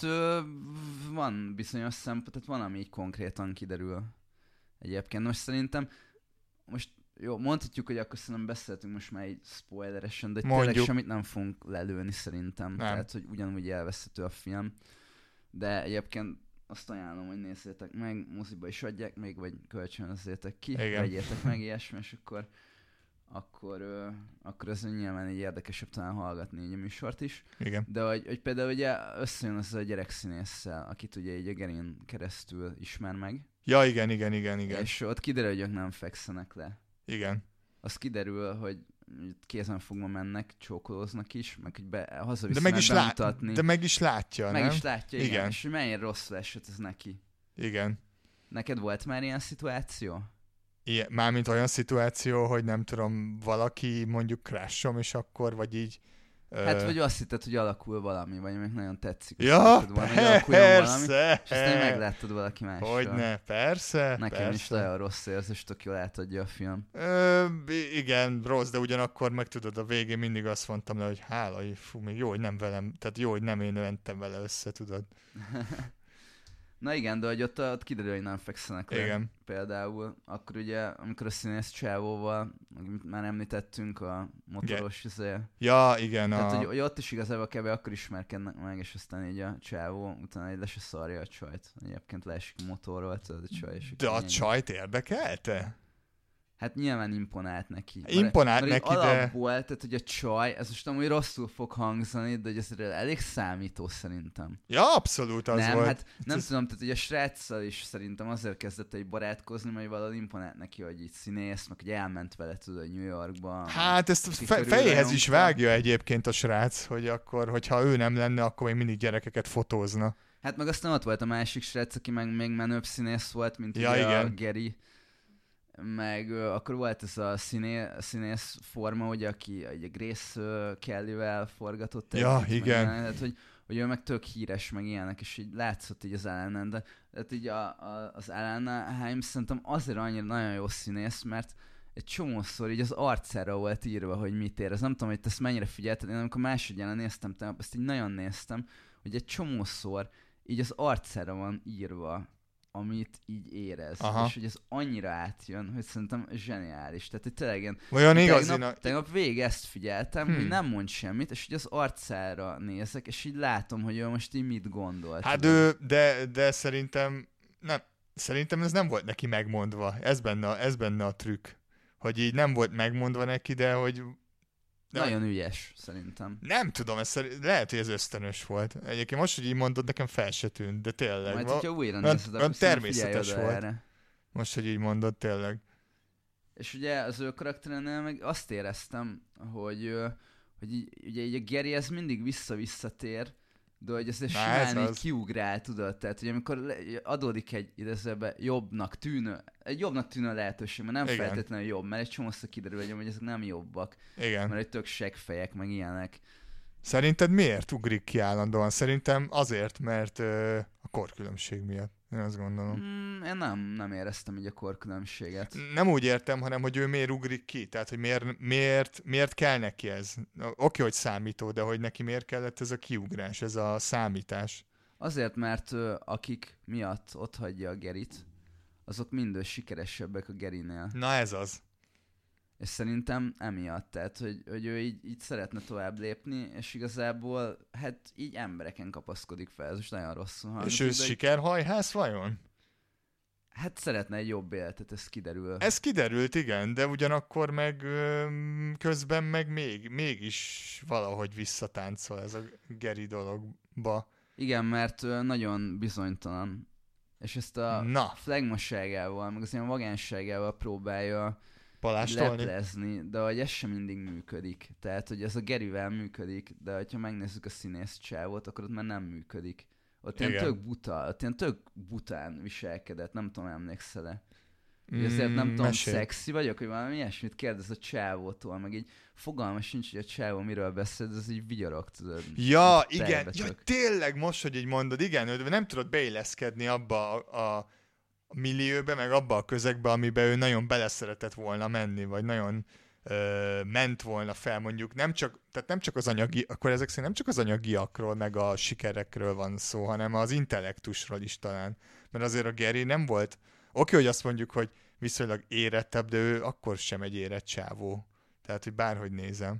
van bizonyos szempont, tehát van, ami így konkrétan kiderül egyébként. Most szerintem most jó, mondhatjuk, hogy akkor szerintem beszéltünk most már így spoileresen, de Mondjuk. tényleg semmit nem fogunk lelőni szerintem. Nem. Tehát, hogy ugyanúgy elveszhető a film. De egyébként azt ajánlom, hogy nézzétek meg, moziba is adják még, vagy kölcsönözzétek ki, Igen. vegyétek meg ilyesmi, és akkor ez nyilván így érdekesebb talán hallgatni így a műsort is. Igen. De hogy például ugye összejön az a gyerekszínésszel, akit ugye így a Gerin keresztül ismer meg, Ja, igen. és ott kiderül, hogy ők nem fekszenek le. Igen. Az kiderül, hogy kézen fogva mennek, csókolóznak is, meg hogy De hazavisznek meg, de meg is látja, meg nem? is látja, igen. Igen. És hogy mennyire rosszul esett ez neki. Igen. Neked volt már ilyen szituáció? Mármint olyan szituáció, hogy nem tudom, valaki mondjuk crashom, és akkor, vagy így... Hát vagy azt hitted, hogy alakul valami, vagy még nagyon tetszik. Ja, hogy alakuljon valami, persze! és aztán megláttad valaki mással. Hogyne, persze, Nekem persze. is nagyon rossz érzés, tök jól átadja a film. Igen, rossz, de ugyanakkor meg tudod, a végén mindig azt mondtam le, hogy hála, fú, még jó, hogy nem velem, tehát jó, hogy nem én mentem vele össze, tudod. Na igen, de hogy ott kiderül, hogy nem fekszenek le. Igen. Például, akkor ugye, amikor a színész csávóval, amit már említettünk, a motoros izé. Ja, igen. Tehát, hogy ott is igazából kb. Akkor ismerkednek meg, és aztán így a csávó, utána így le se szarja a csajt. Egyébként leesik a motorról, tudod, a csaj. És De a csajt érdekelte? Hát nyilván imponált neki. Imponált neki, de... Alapból, tehát hogy a csaj, ez most amúgy rosszul fog hangzani, de hogy ez elég számító szerintem. Ja, abszolút az nem, volt. Hát nem tudom, tehát hogy a sráccal is szerintem azért kezdett egy barátkozni, mert valahogy imponált neki, hogy így színész, meg hogy elment vele, tudod, New Yorkba. Hát ezt fejéhez is vágja egyébként a srác, hogy akkor, hogyha ő nem lenne, akkor még mindig gyerekeket fotózna. Hát meg aztán ott volt a másik srác, aki meg még menőbb színész volt, mint ja, ugye igen. a Gary. Meg akkor volt ez a színész forma, ugye, aki a Grace Kellyvel forgatott. Ja, együtt, igen. Meg, tehát, hogy ő meg tök híres, meg ilyenek, és így látszott így az Alan, de tehát így az Alan Haim szerintem azért annyira nagyon jó színész, mert egy csomószor így az arcára volt írva, hogy mit ér. Ez nem tudom, hogy te ezt mennyire figyelted, én amikor másodjára néztem, tegnap ezt így nagyon néztem, hogy egy csomószor így az arcára van írva, amit így érez. Aha. És hogy ez annyira átjön, hogy szerintem zseniális. Tehát, hogy tényleg én Olyan igazi... tegnap végig ezt figyeltem, hogy nem mond semmit, és hogy az arcára nézek, és így látom, hogy ő most így mit gondolt. Hát de szerintem nem, szerintem ez nem volt neki megmondva. Ez benne a trükk. Hogy így nem volt megmondva neki, de hogy... Nagyon ügyes, szerintem. Nem tudom, lehet, hogy ez ösztönös volt. Egyébként most, hogy így mondod, nekem fel se tűnt, de tényleg. Majd, hogyha újra nézed, akkor természetes volt. Erre. Most, hogy így mondod, tényleg. És ugye az ő karakterénél meg azt éreztem, hogy ugye így a Gary ez mindig visszatér, de hogy ez simán így kiugrál, tudod, tehát hogy amikor adódik egy idézőben jobbnak tűnő lehetőség, mert nem igen. feltétlenül jobb, mert egy csomószor kiderül, hogy ezek nem jobbak, igen. mert egy tök seggfejek, meg ilyenek. Szerinted miért ugrik ki állandóan? Szerintem azért, mert a korkülönbség miatt. Én azt gondolom. Én nem éreztem így a korkülönbséget. Nem úgy értem, hanem hogy ő miért ugrik ki. Tehát, hogy miért kell neki ez. Oké, hogy számító, de hogy neki miért kellett ez a kiugrás, ez a számítás. Azért, mert akik miatt otthagyja a Garyt, azok mind sikeresebbek a Garynél. Na ez az. És szerintem emiatt, tehát, hogy ő így szeretne tovább lépni, és igazából hát így embereken kapaszkodik fel, ez most nagyon rosszul hangzik. És ő sikerhajhász vajon? Hát szeretne egy jobb életet, ez kiderül. Ez kiderült, igen, de ugyanakkor meg közben meg mégis valahogy visszatáncol ez a Gary dologba. Igen, mert nagyon bizonytalan. És ezt a flagmaságával, meg az ilyen vagánságával próbálja leplezni, de hogy ez sem mindig működik. Tehát, hogy ez a Garyvel működik, de ha megnézzük a színész csávot, akkor ott már nem működik. Ott ilyen tök bután viselkedett, nem tudom, emlékszel-e. Ezért nem tudom, szexi vagyok, hogy valami ilyesmit kérdez a csávótól, meg így fogalma sincs, hogy a csávó miről beszél, de ez így vigyorog, tudod. Ja, igen, ja, tényleg most, hogy így mondod, igen, nem tudod beilleszkedni abba a millióbe, meg abba a közegbe, amiben ő nagyon beleszeretett volna menni, vagy nagyon ment volna fel, mondjuk nem csak az anyagi, akkor ezek szerint nem csak az anyagiakról, meg a sikerekről van szó, hanem az intellektusról is talán. Mert azért a Gary nem volt, oké, hogy azt mondjuk, hogy viszonylag érettebb, de ő akkor sem egy érett csávó. Tehát, hogy bárhogy nézem.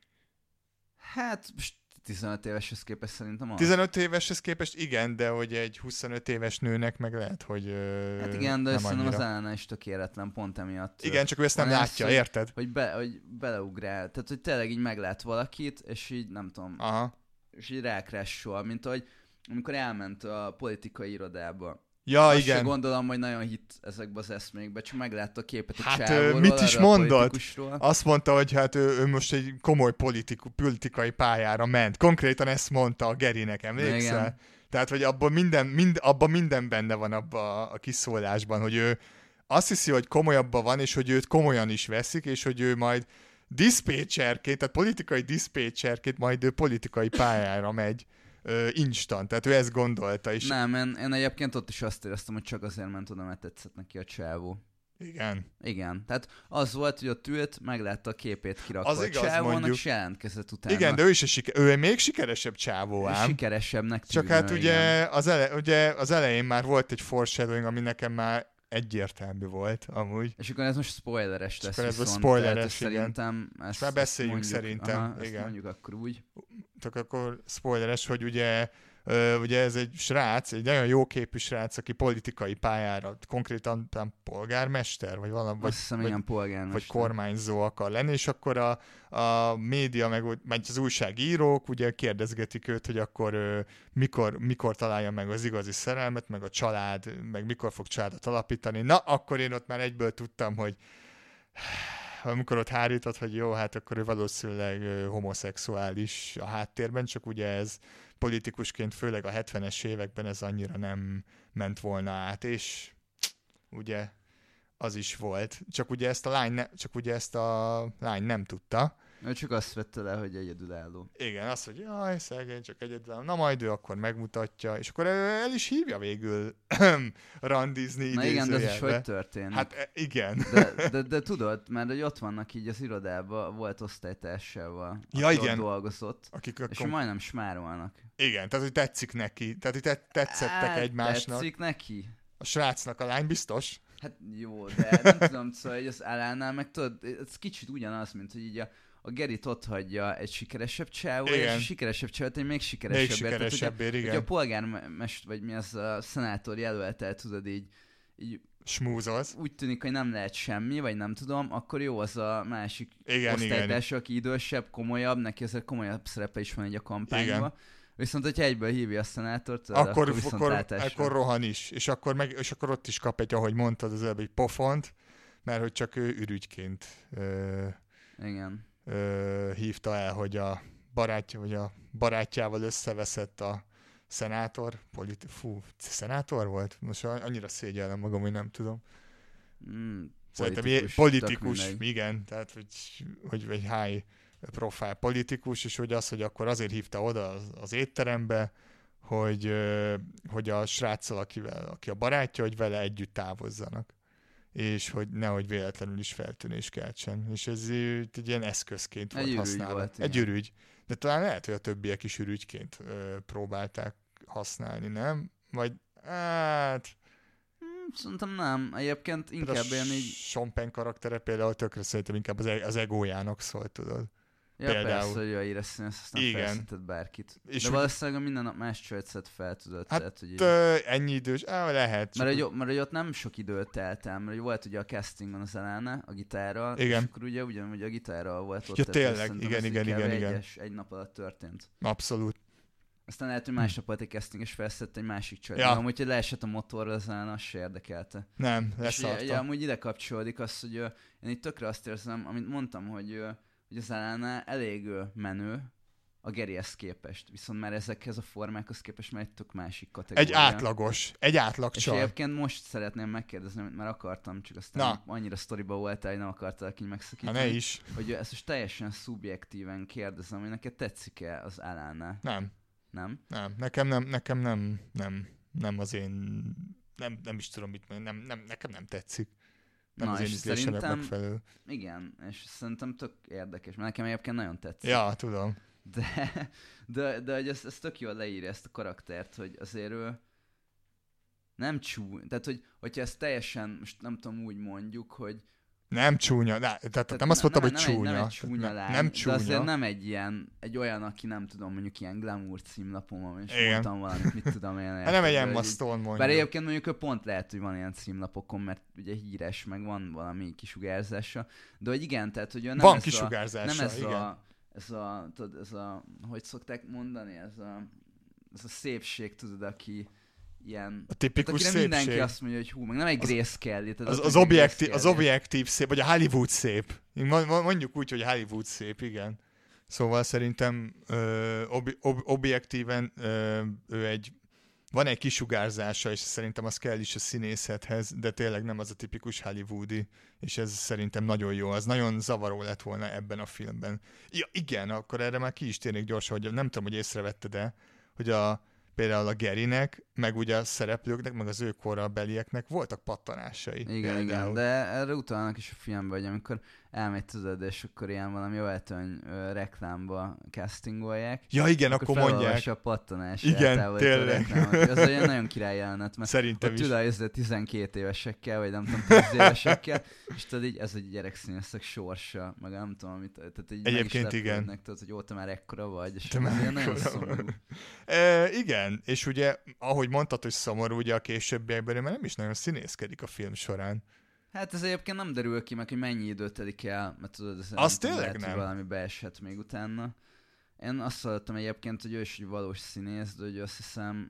Hát, 15 éveshez képest szerintem az. 15 éveshez képest igen, de hogy egy 25 éves nőnek meg lehet, hogy hát igen, de nem szerintem annyira. az Elena is tökéletlen pont emiatt. Igen, csak ő ezt nem van ez, látja, hogy- érted? Hogy beleugrál. Tehát, hogy tényleg így meglát valakit, és így nem tudom, Aha. és így rákressol, mint ahogy amikor elment a politikai irodába. Ja, Azt igen. se gondolom, hogy nagyon hit ezekbe az eszmékbe, csak meglátta a képet a Hát, csávóról, mit is arra a mondott? politikusról. Azt mondta, hogy hát ő most egy komoly politikai pályára ment. Konkrétan ezt mondta a Gerinek, emlékszel? Igen. Tehát, hogy abban minden benne van abban a kiszólásban, hogy ő azt hiszi, hogy komolyabban van, és hogy őt komolyan is veszik, és hogy ő majd diszpécserként, tehát politikai diszpécserként majd ő politikai pályára megy instant. Tehát ő ezt gondolta, és Nem, én egyébként ott is azt éreztem, hogy csak azért ment oda, mert tetszett neki a csávó. igen. Igen, tehát az volt, hogy ott ült, meglátta a képét kirakva Az a igaz, csávónak, mondjuk. és jelentkezett utána. Igen, de ő még sikeresebb csávó ám. Sikeresebbnek Csak tűnő, hát igen. ugye az elején már volt egy foreshadowing, ami nekem már egyértelmű volt, amúgy. És akkor ez most spoileres És lesz akkor ez most viszont, spoileres, tehát igen. szerintem ezt már beszéljünk mondjuk, szerintem, aha, ezt igen. mondjuk akkor úgy. Csak akkor spoileres, hogy ugye ez egy srác, egy nagyon jó képű srác, aki politikai pályára, konkrétan talán polgármester, vagy valami, Azt hiszem, igen, polgármester. vagy kormányzó akar lenni, és akkor a média, meg az újságírók ugye kérdezgetik őt, hogy akkor mikor találja meg az igazi szerelmet, meg a család, meg mikor fog családot alapítani. Na, akkor én ott már egyből tudtam, hogy amikor ott hárított, hogy jó, hát akkor ő valószínűleg homoszexuális a háttérben, csak ugye ez politikusként, főleg a 70-es években ez annyira nem ment volna át, és ugye az is volt. Csak ugye ezt a lány nem tudta. Ő csak azt vette le, hogy egyedülálló. Igen, azt, hogy jaj, szegény, csak egyedül. Na majd ő akkor megmutatja, és akkor el is hívja végül randizni Na igen, de ez is idézőjelbe. hogy történik? Hát igen. De tudod, mert hogy ott vannak így az irodában, volt osztálytársával, Ja, aki ott igen. dolgozott, Akik és majdnem smárolnak. igen, tehát hogy tetszik neki. Tehát hogy tetszettek egymásnak. Tetszik neki? A srácnak a lány biztos? Hát jó, de nem tudom, szóval hogy az Alánál meg tudod, ez kicsit ugyanaz, mint hogy így a Gerit ott hagyja egy sikeresebb csávó, és Igen. a sikeresebb csávót egy még Még sikeresebbért. sikeresebbér, Hogy igen. a polgármester, vagy mi az a szenátor jelöltel, tudod így Smúzolsz. úgy tűnik, hogy nem lehet semmi, vagy nem tudom, akkor jó az a másik Igen, osztálytárs, aki idősebb, komolyabb, neki azért komolyabb szerepe is van így a kampányban. Igen. Viszont, hogyha egyből hívja a szenátort, akkor viszontlátásra. rohan is. És akkor ott is kap egy, ahogy mondtad az előbb, egy pofont, mert hogy csak ő ürügyként Igen. hívta el, hogy a barátjával összeveszett a szenátor. Szenátor volt? Most annyira szégyellem magam, hogy nem tudom. Szerintem politikus, igen, tehát hogy egy high profile politikus, és hogy az, hogy akkor azért hívta oda az étterembe, hogy a sráccal, aki a barátja, hogy vele együtt távozzanak. És hogy nehogy véletlenül is feltűnés keltsen. És ez egy ilyen eszközként volt használva. Volt, egy ürügy. De talán lehet, hogy a többiek is ürügyként próbálták használni, nem? Vagy hát... Szerintem nem. Egyébként inkább ilyen így... Sean Penn karaktere például tökre szerintem inkább az egójának szólt, tudod. Ja, például. Persze, hogy a színész, aztán felszített bárkit. És de valószínűleg minden nap más csajt szed fel, tudod. Hát tehát, hogy ennyi idős, lehet. Mert hogy ott nem sok időt telt el, mert volt ugye a castingon az Elena, a gitárral, igen. és akkor ugye ugyanúgy a gitárral volt ott. Ja, tényleg, igen. Egy nap alatt történt. Abszolút. Aztán lehet, hogy másnap volt egy casting, és felszett egy másik csaj. Ja. Amúgy, hogy leesett a motorra, az Elena, az se érdekelte. Nem, leszarta. És amúgy ide kapcsolódik az, hogy én itt tökre azt érzem, amit mondtam, hogy az Elena elég menő a Gerihez képest, viszont már ezekhez a formákhoz képest már egy tök másik kategória. Egy átlag csaj. És egyébként most szeretném megkérdezni, amit már akartam, csak aztán annyira sztoriba voltál, hogy nem akartalak így megszakítani. Ne is. Hogy ezt most teljesen szubjektíven kérdezem, hogy neked tetszik-e az Elena? Nem. Nem? Nekem nem az én, nem is tudom mit mondani, nekem nem tetszik. Nem az én ízlésemnek megfelelő. Igen, és szerintem tök érdekes, mert nekem egyébként nagyon tetszik. Ja, tudom. De hogy ez tök jól leírja ezt a karaktert, hogy azért ő nem csúnya, tehát hogyha ezt teljesen, most nem tudom úgy mondjuk, hogy Nem csúnya, tehát nem azt mondtam, hogy csúnya. Nem egy csúnya lány, nem de csúnya. azért nem egy olyan, aki nem tudom, mondjuk ilyen glamour címlapon, és Igen. mondtam valamit, mit tudom én. Hát nem egy Emma Stone mondjuk. Bár egyébként mondjuk ő pont lehet, hogy van ilyen címlapokon, mert ugye híres, meg van valami kisugárzása, de hogy igen, tehát hogy ő nem van ez kisugárzása, nem ez igen. tudod, hogy szokták mondani, ez a szépség, tudod, aki ilyen... A tipikus tehát, akire szépség. mindenki azt mondja, hogy hú, meg nem egy Grace Kelly. Az objektív szép, vagy a Hollywood szép. Mondjuk úgy, hogy a Hollywood szép, igen. Szóval szerintem objektíven van egy kisugárzása, és szerintem az kell is a színészethez, de tényleg nem az a tipikus hollywoodi, és ez szerintem nagyon jó. Az nagyon zavaró lett volna ebben a filmben. Ja, igen, akkor erre már ki is térnék gyorsan, hogy nem tudom, hogy észrevetted-e, hogy például a Garynek, meg ugye a szereplőknek, meg az ő korabelieknek voltak pattanásai. Igen, de erre utalnak is a filmben, hogy amikor elmegy, tudod, és akkor ilyen valami öltöny reklámba castingolják. Ja, igen, akkor mondják. A pattanás. Igen, tényleg. Az olyan nagyon király jelenet, mert szerintem ott is. ül 12 évesekkel, vagy nem tudom, 10 évesekkel, és tudod így, ez egy gyerekszínészek sorsa, meg nem tudom, amit, tehát így egyébként igen. Tudod, hogy ó, te már ekkora vagy, és te már nagyon szomorú. Igen, és ugye, ahogy mondtad, hogy szomorú, ugye a későbbiekben, mert nem is nagyon színészkedik a film során. Hát ez egyébként nem derül ki meg, hogy mennyi időt telik el, mert tudod, ez az tényleg lehet, nem. Hogy valami beesett még utána. Én azt hallottam egyébként, hogy ő is egy valós színész, de hogy azt hiszem,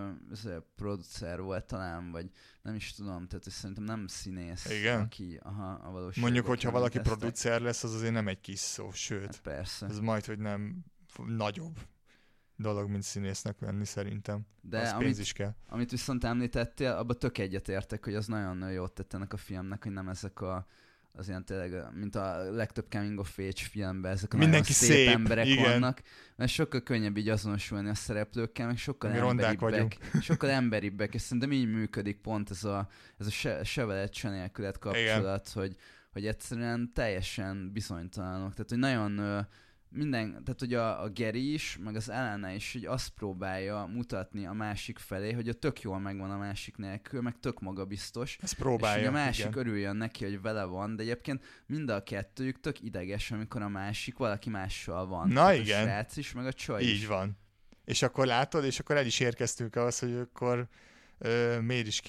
producer volt talán, vagy nem is tudom, tehát szerintem nem színész, igen? Aki a valóságban. Mondjuk, hogyha valaki producer lesz, az azért nem egy kis szó, sőt. Hát persze. Ez majd, hogy nem nagyobb dolog, mint színésznek lenni szerintem. De az pénz is kell. Amit viszont említettél, abban tök egyetértek, hogy az nagyon jót tett ennek a filmnek, hogy nem ezek az ilyen tényleg, mint a legtöbb coming of age filmben, ezek a mindenki nagyon szép emberek igen. vannak, mert sokkal könnyebb így azonosulni a szereplőkkel, meg sokkal emberibbek, és szerintem így működik pont ez a se veled, se nélkület kapcsolat, hogy egyszerűen teljesen bizonytalanok, tehát hogy nagyon tehát hogy a Gary is, meg az Alana is így azt próbálja mutatni a másik felé, hogy a tök jól megvan a másik nélkül, meg tök magabiztos. Ezt próbálja, és hogy a másik igen. örüljön neki, hogy vele van, de egyébként mind a kettőjük tök ideges, amikor a másik valaki mással van. Na tehát igen. A srác is, meg a csaj is. Így van. És akkor látod, és akkor el is érkeztünk ahhoz, hogy akkor miért is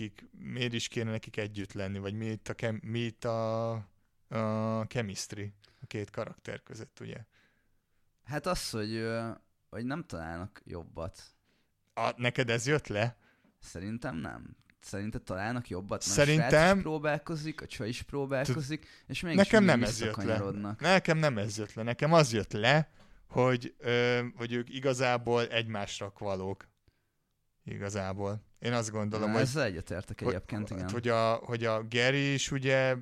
kéne nekik együtt lenni, vagy mi itt a chemistry a két karakter között, ugye? Hát az, hogy nem találnak jobbat. Neked ez jött le? Szerintem nem. Szerinted találnak jobbat? Szerintem... A srác is próbálkozik, a csaj is próbálkozik, és mégis nekem nem ez jött le. Nekem nem ez jött le. Nekem az jött le, hogy ők igazából egymásra valók. Igazából. Én azt gondolom, hogy... Ezzel egyetértek egyébként, igen. Hogy a Gary is ugye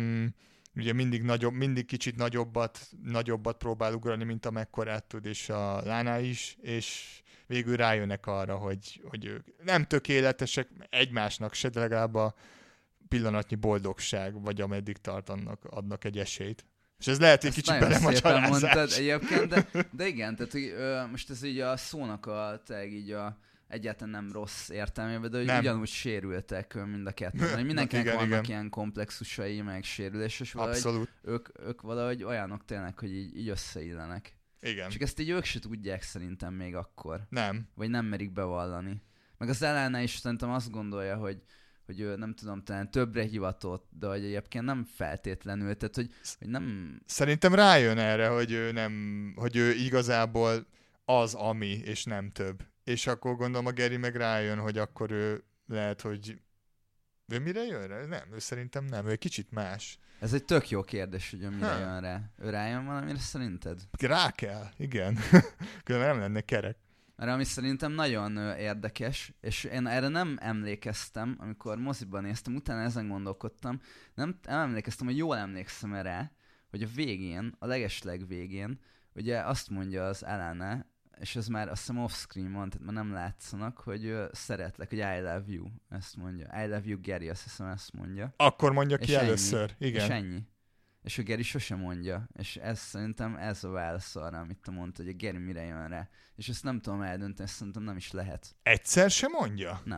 mindig kicsit nagyobbat próbál ugrani, mint amekkorát tud, és a Lana is, és végül rájönnek arra, hogy ők nem tökéletesek egymásnak se, de legalább a pillanatnyi boldogság, vagy ameddig tart, adnak egy esélyt. És ez lehet egy kicsit belemagyarázás. Mondtad egyébként, de igen, tehát hogy, most ez így a szónak egyáltalán nem rossz értelmében, de hogy ugyanúgy sérültek mind a kettő. Mindenkinek vannak ilyen komplexusai, meg sérülés, és valahogy ők valahogy olyanok tényleg, hogy így összeillenek. Igen. Csak ezt így ők se tudják szerintem még akkor. Nem. Vagy nem merik bevallani. Meg az Alana is szerintem azt gondolja, hogy ő nem tudom, talán többre hivatott, de hogy egyébként nem feltétlenül, tehát hogy nem... Szerintem rájön erre, hogy ő igazából az, ami, és nem több. És akkor gondolom a Gary meg rájön, hogy akkor ő lehet, hogy... Ő mire jön? Nem, ő szerintem nem, ő egy kicsit más. Ez egy tök jó kérdés, hogy ő mire jön rá. Ő rájön valamire szerinted? Rá kell, igen. Különben nem lenne kerek. Mert ami szerintem nagyon érdekes, és én erre nem emlékeztem, amikor moziban néztem, utána ezen gondolkodtam, nem emlékeztem, hogy jól emlékszem rá, hogy a végén, a legesleg végén, ugye azt mondja az Alana, és ez már azt hiszem off-screen van, tehát már nem látszanak, hogy szeretlek, hogy I love you, ezt mondja. I love you, Gary, azt hiszem ezt mondja. Akkor mondja ki először, igen. És ennyi. És a Gary sosem mondja. És ez szerintem ez a válasz arra, amit te mondtad, hogy a Gary mire jön rá. És ezt nem tudom eldönteni, ezt szerintem nem is lehet. Egyszer sem mondja? Nem.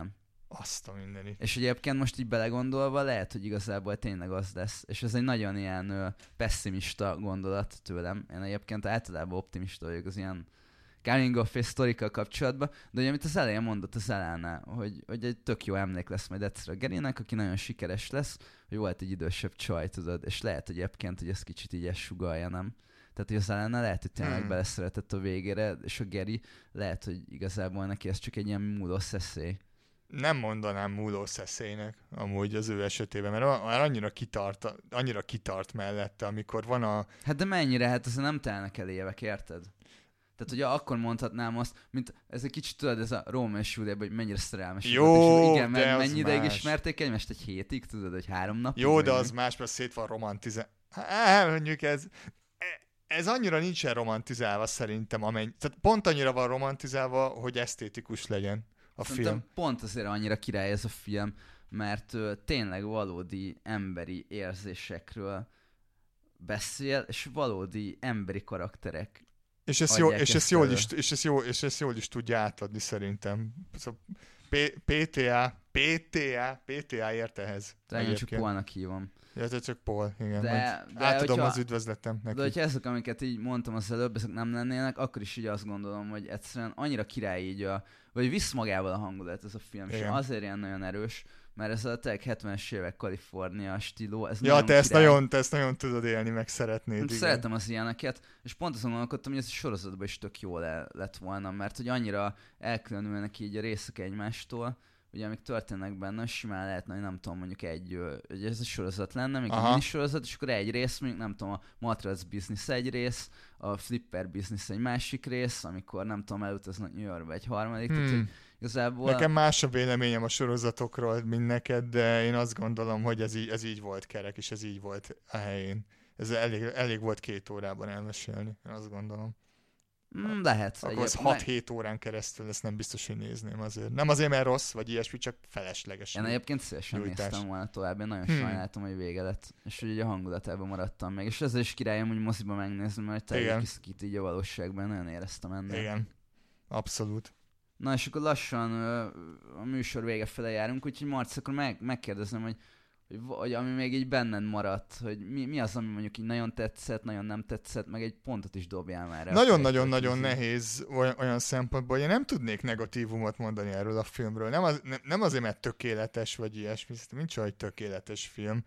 Azt a mindenit. És egyébként most így belegondolva lehet, hogy igazából tényleg az lesz. És ez egy nagyon ilyen pessimista gondolat tőlem. Én egyébként általában optimista vagyok az ilyen coming of age sztorikkal kapcsolatban, de ugye, amit az elején mondott az Elánál, hogy egy tök jó emlék lesz majd egyszer a Gerinek, aki nagyon sikeres lesz, hogy volt egy idősebb csaj, tudod, és lehet, hogy egyébként, hogy ez kicsit így ezt sugallja, nem? Tehát, hogy az Elena lehet, hogy tényleg beleszeretett a végére, és a Geri lehet, hogy igazából neki ez csak egy ilyen múló szeszély. Nem mondanám múló szeszélynek amúgy az ő esetében, mert már annyira kitart mellette, amikor van a... Hát de mennyire? Hát azért nem telnek el évek, érted? Tehát ugye akkor mondhatnám azt, mint ez egy kicsit tudod, ez a Róma és Júlia, hogy mennyire szerelmes. Jó, volt, és igen, de mennyi ideig más. ismerték egymást? Egy hétig, tudod, hogy 3 napig? Jó, de az más, mert szét van mondjuk ez annyira nincsen romantizálva szerintem, tehát pont annyira van romantizálva, hogy esztétikus legyen a Szerintem film. pont azért annyira király ez a film, mert tényleg valódi emberi érzésekről beszél, és valódi emberi karakterek. És ezt jól is tudja átadni szerintem. Szóval PTA ért ehhez. Tehát csak Paulnak hívom. Ja, te csak Paul, igen. De átadom az üdvözletem neki. De hogyha ezek, amiket így mondtam az előbb, ezek nem lennének, akkor is így azt gondolom, hogy egyszerűen annyira király így vagy visz magával a hangulat ez a film, és azért ilyen nagyon erős, mert ez a 70-es évek Kalifornia stíló, ez nagyon király. Te ezt nagyon tudod élni, meg szeretnéd. Szeretem az ilyeneket, és pont azon gondolkodtam, hogy ez a sorozatban is tök jól lett volna, mert hogy annyira elkülönülnek így a részek egymástól, ugye amik történnek benne, simán lehetne, hogy nem tudom, mondjuk hogy ez a sorozat lenne, még egy minisorozat, és akkor egy rész, mondjuk nem tudom, a Matrac Business egy rész, a Flipper Business egy másik rész, amikor nem tudom, elutaznak New Yorkba egy harmadik, tehát hogy igazából... Nekem más a véleményem a sorozatokról, mint neked, de én azt gondolom, hogy ez így volt kerek, és ez így volt a helyén. Ez elég volt 2 órában elmesélni, én azt gondolom. Lehet. Akkor az 6-7 órán keresztül ezt nem biztos, hogy nézném azért. Nem azért, mert rossz, vagy ilyesmi, csak felesleges. Én egyébként szívesen néztem volna tovább, én nagyon sajnáltam, hogy vége lett. És hogy a hangulatában maradtam meg. És ezzel is királyom, hogy moziba megnézni, mert teljesen kiszakít így a valóságban, nagyon éreztem ennél. Igen, abszolút. Na és akkor lassan a műsor vége fele járunk, úgyhogy Marci, akkor megkérdezem, hogy ami még így benned maradt, hogy mi az, ami mondjuk így nagyon tetszett, nagyon nem tetszett, meg egy pontot is dobjál már. Nagyon-nagyon nehéz olyan szempontból, hogy én nem tudnék negatívumot mondani erről a filmről. Nem azért, mert tökéletes, vagy ilyesmi, nincs olyan, hogy tökéletes film.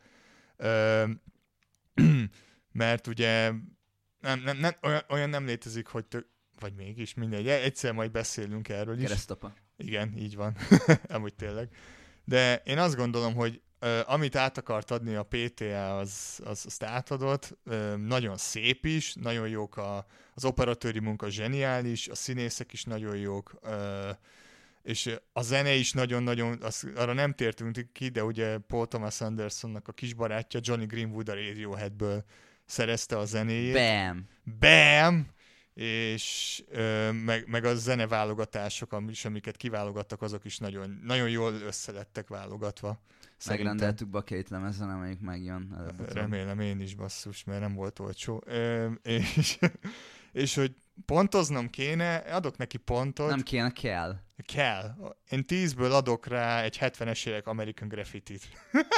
Mert ugye olyan nem létezik, hogy vagy mégis, mindegy. Egyszer majd beszélünk erről is. Keresztapa. Igen, így van. Amúgy tényleg. De én azt gondolom, hogy amit át akart adni a PTA, azt átadott. Nagyon szép is, nagyon jók az operatőri munka zseniális, a színészek is nagyon jók, és a zene is nagyon-nagyon, arra nem tértünk ki, de ugye Paul Thomas Andersonnak a kisbarátja Johnny Greenwood a Radioheadből szerezte a zenéjét. Bam! És meg a zeneválogatások, amiket kiválogattak, azok is nagyon, nagyon jól összelettek válogatva. Megrendeltük Bakét lemezen, amelyik megjön előbb. Remélem én is, basszus, mert nem volt olcsó. És hogy pontoznom kéne, adok neki pontot. Nem kéne, kell. Kell. Én 10-ből adok rá egy 70-es évek American Graffiti-t.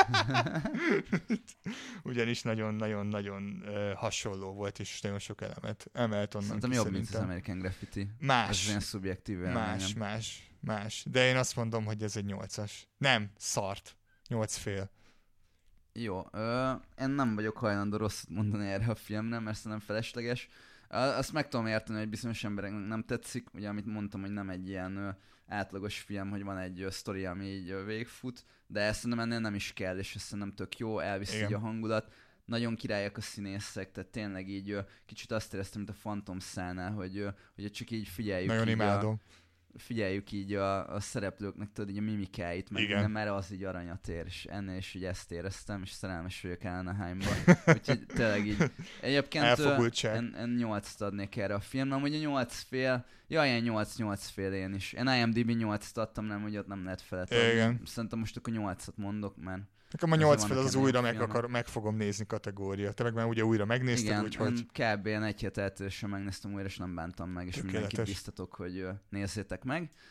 Ugyanis nagyon-nagyon-nagyon hasonló volt, és nagyon sok elemet emelt onnan. Szerintem jobb, mint az American Graffiti. Más. Ez ilyen szubjektív véleményem. Más. De én azt mondom, hogy ez egy 8-as. Nem, szart. 8,5. Jó, én nem vagyok hajlandó rosszat mondani erre a filmre, mert szerintem felesleges. Azt meg tudom érteni, hogy bizonyos embereknek nem tetszik, ugye amit mondtam, hogy nem egy ilyen átlagos film, hogy van egy sztori, ami így végfut, de szerintem ennél nem is kell, és szerintem tök jó, elviszi így a hangulat. Nagyon királyak a színészek, tehát tényleg így kicsit azt éreztem, mint a Phantom Cell-nál, hogy csak így figyeljük. Nagyon imádom. Figyeljük így a szereplőknek, tudod, így a mimikáit, meg minden, mert az így aranyat ér, és ennél is így ezt éreztem, és szerelmes vagyok Anaheimban. Úgyhogy tényleg így. Egyébként én 8-t adnék erre a filmnek, ugye 8,5, ilyen 8,5 én is. Én IMDb 8-t adtam, nem, hogy ott nem lehet felett adni. Szerintem most akkor 8-at mondok, mert nekem a 8 fel az újra meg fogom nézni kategória. Te meg már ugye újra megnézted, úgyhogy... Igen, kb. Én egy hét eltérősen megnéztem újra, és nem bántam meg, és mindenkit biztatok, hogy nézzétek meg.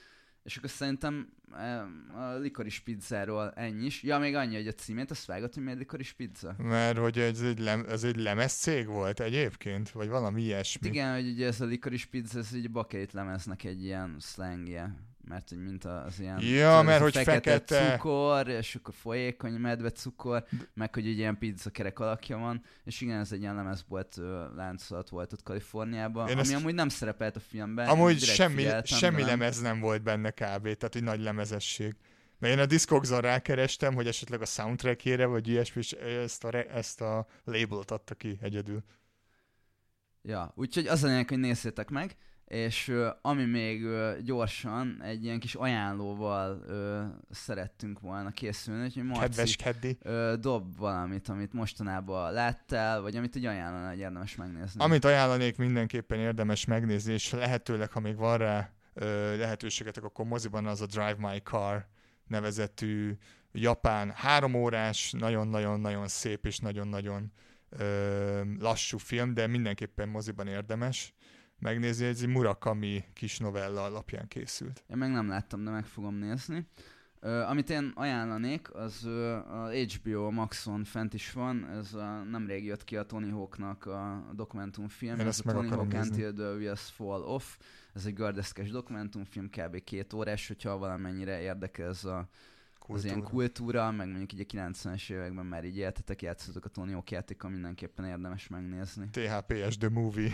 És akkor szerintem a Licorice Pizzáról ennyi is. Ja, még annyi, hogy a címét, azt vágott, hogy miért Licorice Pizza? Mert hogy ez egy lemezcég volt egyébként? Vagy valami ilyesmi? Igen, hogy ugye ez a Licorice Pizza, ez így Bucket lemeznek egy ilyen slangje. Mert hogy mint az ilyen... Ja, mert hogy fekete cukor, és akkor folyékony medve cukor, meg hogy egy ilyen pizzakerek alakja van. És igen, ez egy ilyen lemezbolt láncolat volt ott Kaliforniában, ami amúgy nem szerepelt a filmben. Amúgy semmi lemez nem volt benne kb. Tehát egy nagy lemezesség. Mert én a Discogson rákerestem, hogy esetleg a soundtrackjére, vagy ilyesmi, és ezt a labelt adta ki egyedül. Ja, úgyhogy az a lényeg, hogy nézzétek meg, és ami még gyorsan egy ilyen kis ajánlóval szerettünk volna készülni, hogy Marci dob valamit, amit mostanában láttál, vagy amit így ajánlana, hogy érdemes megnézni. Amit ajánlanék, mindenképpen érdemes megnézni, és lehetőleg, ha még van rá lehetőségetek, akkor moziban az a Drive My Car nevezetű japán 3 órás, nagyon-nagyon-nagyon szép és nagyon-nagyon lassú film, de mindenképpen moziban érdemes megnézni, ez egy Murakami kis novella alapján készült. Én meg nem láttam, de meg fogom nézni. Amit én ajánlanék, az a HBO Maxon fent is van, ez nemrég jött ki a Tony Hawknak a dokumentumfilm, ez a Tony Hawk Until the Wheels Fall Off, ez egy gördeszkes dokumentumfilm, kb. 2 órás, hogyha valamennyire érdekel ez az ilyen kultúra, meg mondjuk így a 90-es években már így éltetek, játszotok a Tony Hawk játékkal, mindenképpen érdemes megnézni. THPS The Movie.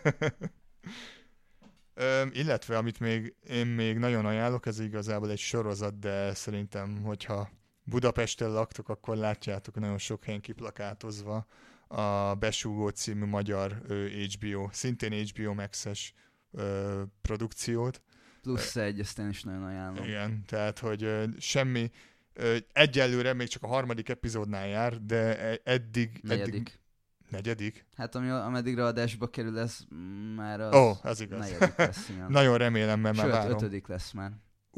Illetve, amit én még nagyon ajánlok, ez igazából egy sorozat, de szerintem, hogyha Budapesten laktok, akkor látjátok nagyon sok helyen kiplakátozva a Besúgó című magyar HBO, szintén HBO Max-es produkciót. Plusz egy, ezt én is nagyon ajánlom. Igen, tehát, hogy semmi, egyelőre még csak a 3. epizódnál jár, de eddig... Negyedik? Hát ameddigre adásba kerül, ez már az, az igaz. negyedik lesz. Nagyon remélem, mert már várom. 5. lesz már.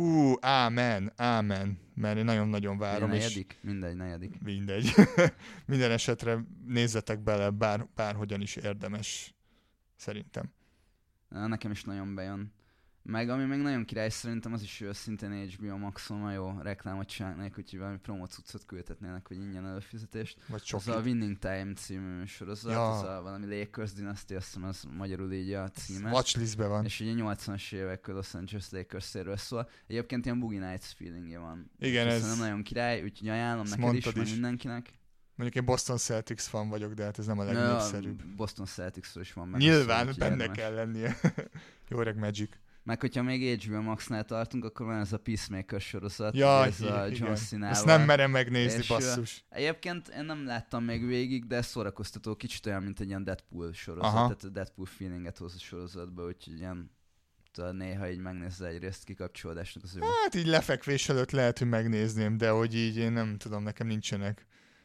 Ámen. Mert én nagyon-nagyon várom. Negyedik? Mindegy, negyedik. Mindegy. Minden esetre nézzetek bele, bárhogyan is érdemes, szerintem. Nekem is nagyon bejön. Meg ami még nagyon király, szerintem az is szintén HBO Maxon, jó reklámot csinálnék, úgyhogy valami promócuccot küldhetnének, vagy ingyen előfizetést. Az a Winning Time című sorozat, az a valami Lakers Dynasty, azt hiszem az magyarul így a címe. Watchlistben van. És ugye 80-as évek Los Angeles Lakers-éről szól. Egyébként ilyen Boogie Nights feelingje van. Igen, ez... Szerintem nagyon király, úgyhogy ajánlom neked is, meg mindenkinek. Mondjuk én Boston Celtics fan vagyok, de hát ez nem a legnépszerűbb. Boston Celticsről is van meg. Nyilván, benne kell lennie. Jó öreg Magic. Meg hogyha még HBO Max-nál tartunk, akkor van ez a Peacemaker sorozat, ez a John Cena-val. Ezt nem merem megnézni, basszus. Egyébként én nem láttam még végig, de szórakoztató, kicsit olyan, mint egy ilyen Deadpool sorozat, tehát a Deadpool feelinget hoz a sorozatba, úgyhogy ilyen néha így megnézze egy részt kikapcsolódásnak az ő. Hát így lefekvés előtt lehet, hogy megnézném, de hogy így én nem tudom, nekem nincsenek.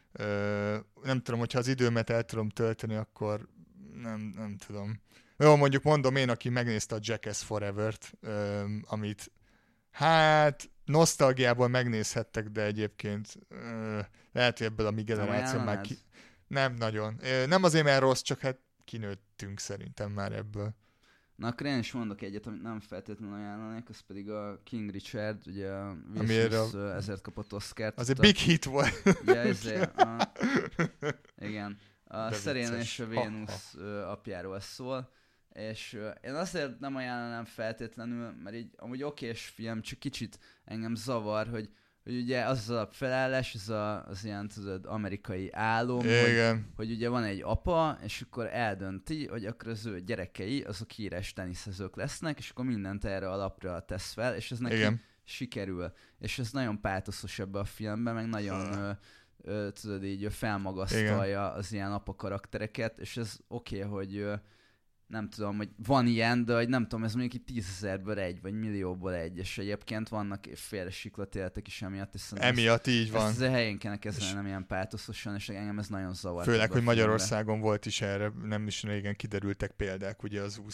Nem tudom, hogyha az időmet el tudom tölteni, akkor nem tudom. Jó, mondjuk mondom én, aki megnézte a Jackass Forever-t, amit hát nosztalgiából megnézhettek, de egyébként lehet, hogy ebből a mi generáció már nem nagyon. Nem azért, mert rossz, csak hát kinőttünk szerintem már ebből. Na akkor én is mondok egyet, amit nem feltétlenül ajánlanék, az pedig a King Richard, ugye a Will Smith ezért kapott Oscart. Az egy big hit volt. Ugye ezért, igen. A Serena és a Vénusz apjáról szól. És én azért nem ajánlanám feltétlenül, mert így amúgy okés film, csak kicsit engem zavar, hogy ugye az a felállás, az ilyen, tudod, amerikai álom, hogy ugye van egy apa, és akkor eldönti, hogy akkor az ő gyerekei, azok híres teniszezők lesznek, és akkor mindent erre a lapra tesz fel, és ez neki sikerül. És ez nagyon pátoszos ebbe a filmben, meg nagyon... tudod, így felmagasztalja az ilyen apa karaktereket, és ez oké, hogy nem tudom, hogy van ilyen, de hogy nem tudom, ez mondjuk 10 000-ből egy, vagy millióból egy, és egyébként vannak félre siklat életek is emiatt. Emiatt így van. Ezt helyén kellene kezdeni, nem ilyen pátoszosan, és engem ez nagyon zavar. Főleg, hogy Magyarországon volt is erre, nem is régen kiderültek példák, ugye az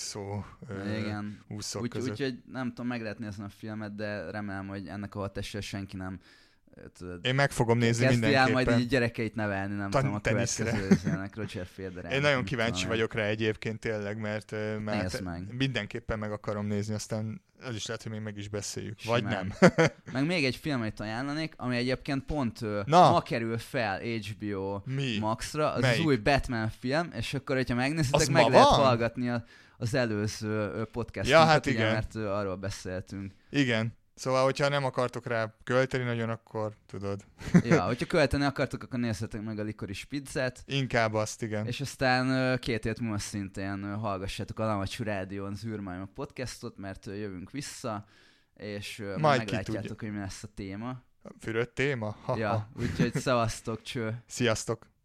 úszók között. Úgyhogy nem tudom, meg lehet nézni a filmet, de remélem, hogy ennek a hatással senki nem tudod, Én meg fogom nézni kezdi el mindenképpen. majd így gyerekeit nevelni, nem tudom, a Teniszre. következő üzének Roger Federer. Én nagyon kíváncsi vagyok rá egyébként tényleg, mert Nézd meg. mindenképpen meg akarom nézni, aztán az is lehet, hogy még meg is beszéljük. Vagy Simán. nem. Meg még egy filmet ajánlanék, ami egyébként pont Na. ma kerül fel HBO Mi? Maxra, az Melyik? az új Batman film, és akkor, hogyha megnézitek, Az meg ma lehet van? hallgatni az előző podcastunkat, Ja, hát ugye, igen. mert arról beszéltünk. Igen. Szóval, hogyha nem akartok rá költeni nagyon, akkor tudod. Ja, hogyha költeni akartok, akkor nézzetek meg a Licorice Pizzát, Inkább azt, igen. és aztán 2 hét múlva szintén hallgassátok a Lamacsú Rádión az űrmajmok podcastot, mert jövünk vissza, és Majd ki meglátjátok, tudja. hogy mi lesz a téma. Fürödt téma? Ha-ha. Ja, úgyhogy szevasztok, cső! Sziasztok!